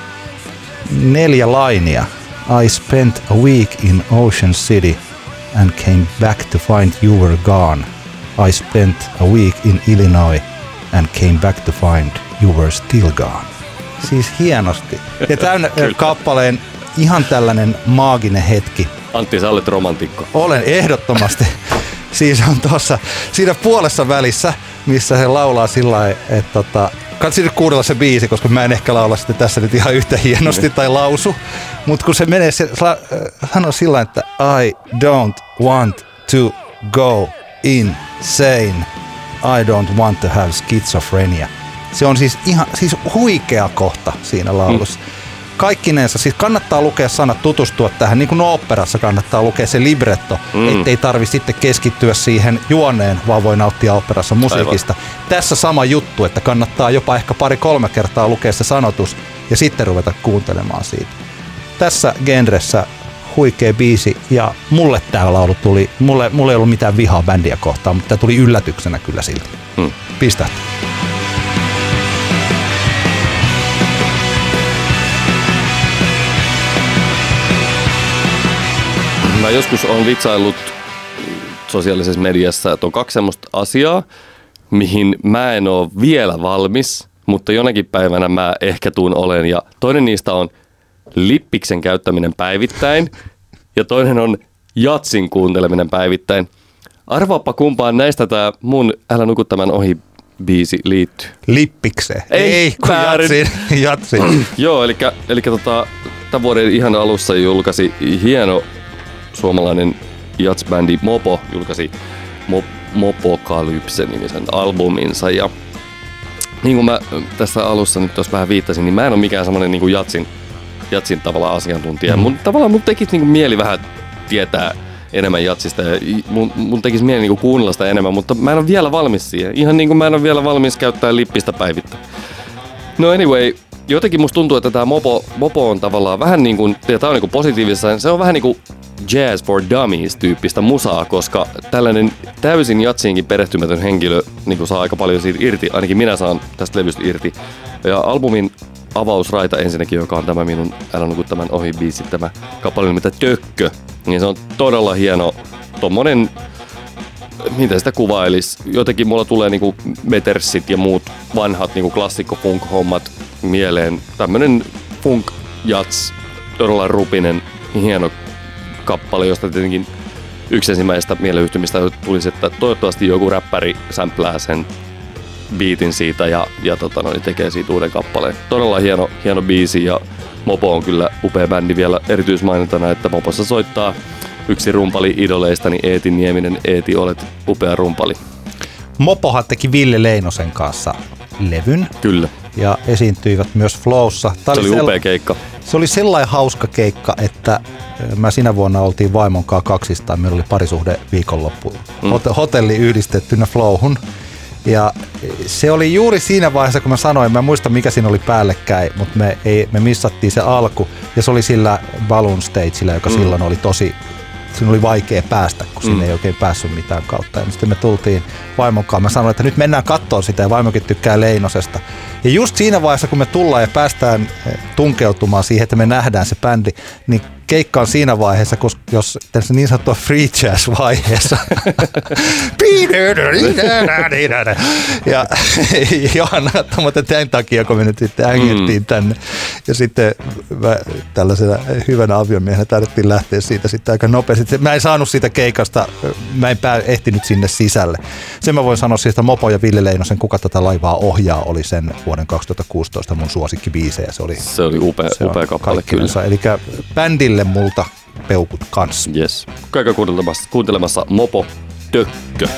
4 lainia. I spent a week in Ocean City and came back to find you were gone. I spent a week in Illinois and came back to find you were still gone. Siis hienosti. Ja tämän kappaleen ihan tällainen maaginen hetki. Antti, sä olet romantikko. Olen ehdottomasti. Siis on tuossa siinä puolessa välissä, missä he laulaa sillä lailla, että katsi nyt kuunnella se biisi, koska mä en ehkä laula sitten tässä nyt ihan yhtä hienosti tai lausu. Mutta kun se menee, sanoo sillä että I don't want to go insane. I don't want to have schizophrenia. Se on siis ihan huikea kohta siinä laulussa. Kaikkinensa, siis kannattaa lukea sanat, tutustua tähän, niin kuin oopperassa kannattaa lukea se libretto, ettei tarvitse sitten keskittyä siihen juoneen, vaan voi nauttia oopperassa musiikista. Aivan. Tässä sama juttu, että kannattaa jopa ehkä 2-3 kertaa lukea se sanotus ja sitten ruveta kuuntelemaan siitä. Tässä genressä huikea biisi ja mulle tää laulu tuli, mulle ei ollut mitään vihaa bändiä kohtaan, mutta tää tuli yllätyksenä kyllä silti. Pistä. Mä joskus on vitsaillut sosiaalisessa mediassa, että on 2 semmoista asiaa, mihin mä en ole vielä valmis, mutta jonakin päivänä mä ehkä tuun olen. Ja toinen niistä on lippiksen käyttäminen päivittäin ja toinen on jatsin kuunteleminen päivittäin. Arvaappa kumpaan näistä tää mun Älä nuku tämän ohi -biisi liittyy. Lippikseen. Ei kun jatsin. Joo, eli tämän vuoden ihan alussa julkaisi hieno suomalainen jatsbändi Mopo, julkaisi Mopokalypse-nimisen albuminsa. Ja niin kuin mä tässä alussa nyt tuossa vähän viittasin, niin mä en ole mikään semmoinen niin kuin jatsin tavallaan asiantuntija. Mun tekisi niin kuin mieli vähän tietää enemmän jatsista ja mun tekisi mieli niin kuin kuunnella sitä enemmän, mutta mä en ole vielä valmis siihen. Ihan niin kuin mä en ole vielä valmis käyttää lippistä päivittäin. No anyway, jotenkin musta tuntuu, että tää Mopo on tavallaan vähän niin kuin, ja tää on niin kuin positiivisessa, se on vähän niin kuin Jazz for Dummies-tyyppistä musaa, koska tällainen täysin jatsiinkin perehtymätön henkilö niin kuin saa aika paljon siitä irti, ainakin minä saan tästä levystä irti. Ja albumin avausraita ensinnäkin, joka on tämä minun Älä nuku tämän ohi -biisi, tämä kappale nimeltä Tökkö, niin se on todella hieno tommonen, miten sitä kuvailisi. Jotenkin mulla tulee niinku Metersit ja muut vanhat niinku klassikko-funk-hommat mieleen. Tämmönen funk-jats, todella rupinen, hieno kappale, josta tietenkin yksi ensimmäistä mieleyhtymistä tulisi, että toivottavasti joku räppäri sämplää sen biitin siitä ja tekee siitä uuden kappaleen. Todella hieno biisi ja Mopo on kyllä upea bändi vielä erityismainintana, että Mopossa soittaa yksi rumpali idoleistani Eeti Nieminen. Eeti, olet upea rumpali. Mopohan teki Ville Leinosen kanssa levyn. Kyllä. Ja esiintyivät myös Flowssa. Se oli upea keikka. Se oli sellainen hauska keikka, että mä sinä vuonna oltiin vaimonkaan kaksistaan. Meillä oli parisuhde viikonloppu. Hotelli yhdistettynä Flowhun. Ja se oli juuri siinä vaiheessa, kun mä sanoin, mä en muista mikä siinä oli päällekkäin, mutta me missattiin se alku. Ja se oli sillä Balloon Stagella, joka silloin oli siinä oli vaikea päästä, kun sinne ei oikein päässyt mitään kautta. Ja sitten me tultiin vaimonkaan. Mä sanoin, että nyt mennään katsomaan sitä ja vaimokin tykkää Leinosesta. Ja just siinä vaiheessa, kun me tullaan ja päästään tunkeutumaan siihen, että me nähdään se bändi, niin keikka on siinä vaiheessa, jos tässä niin sanottua free jazz-vaiheessa. Ja Johanna, mutta tämän takia, kun me nyt sitten hängettiin tänne. Ja sitten tällaisena hyvänä aviomiehenä taidettiin lähteä siitä sitten aika nopeasti. Mä en saanut siitä keikasta, mä en ehtinyt sinne sisälle. Sen mä voin sanoa siitä Mopo ja Ville Leinosen Kuka tätä laivaa ohjaa oli sen vuoden 2016 mun suosikkibiisejä. Se oli upea kappale kyllä. Eli bändille multa peukut kanssa. Yes. Käykää kuuntelemassa Mopo Tökkö.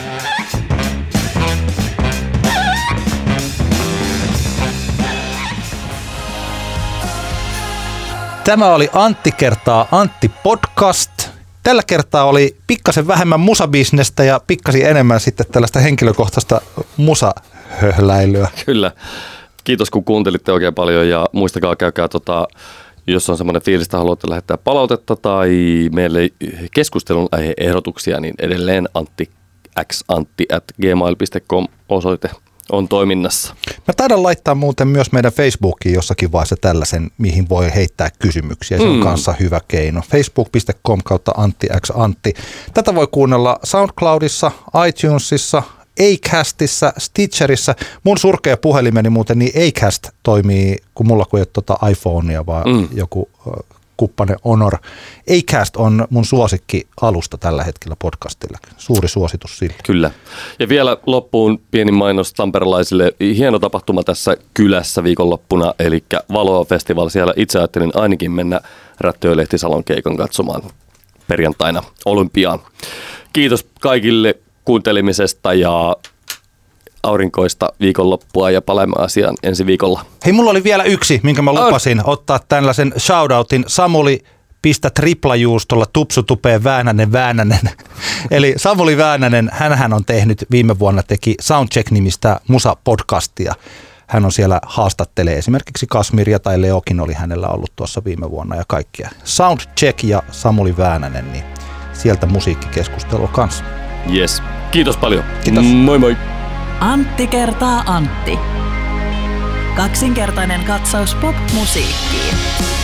Tämä oli Antti kertaa Antti podcast. Tällä kertaa oli pikkasen vähemmän musabisnestä ja pikkasen enemmän sitten tällaista henkilökohtaista musahöhläilyä. Kyllä. Kiitos kun kuuntelitte oikein paljon ja muistakaa käykää jos on semmoinen fiilis, että haluatte lähettää palautetta tai meille keskustelun aihe-ehdotuksia, niin edelleen antti@gmail.com osoite on toiminnassa. Mä taidan laittaa muuten myös meidän Facebookiin jossakin vaiheessa tällaisen, mihin voi heittää kysymyksiä. Se on kanssa hyvä keino. Facebook.com/AnttiXAntti. Tätä voi kuunnella SoundCloudissa, iTunesissa, Acastissa, Stitcherissa. Mun surkea puhelimeni muuten, niin Acast toimii, kun mulla ei ole iPhonea, vaan joku Kuppanen Honor. Acast on mun suosikki-alusta tällä hetkellä podcastilla. Suuri suositus sille. Kyllä. Ja vielä loppuun pieni mainos tamperelaisille. Hieno tapahtuma tässä kylässä viikonloppuna, eli Valoa Festival. Siellä itse ajattelin ainakin mennä Rättiö Lehtisalon keikan katsomaan perjantaina Olympiaan. Kiitos kaikille kuuntelemisesta ja aurinkoista viikonloppua ja palaamme asiaan ensi viikolla. Hei, mulla oli vielä yksi, minkä mä lupasin ottaa tällaisen shoutoutin. Samuli pistä triplajuustolla tupsutupeen Väänänen. Eli Samuli Väänänen, hänhän on tehnyt viime vuonna teki Soundcheck-nimistä musa-podcastia. Hän on siellä haastattelee esimerkiksi Kasmiria tai Leokin oli hänellä ollut tuossa viime vuonna ja kaikkea. Soundcheck ja Samuli Väänänen, niin sieltä musiikkikeskustelua kanssa. Yes. Kiitos paljon. Kiitos. Moi moi. Antti kertaa Antti. Kaksinkertainen katsaus pop-musiikkiin.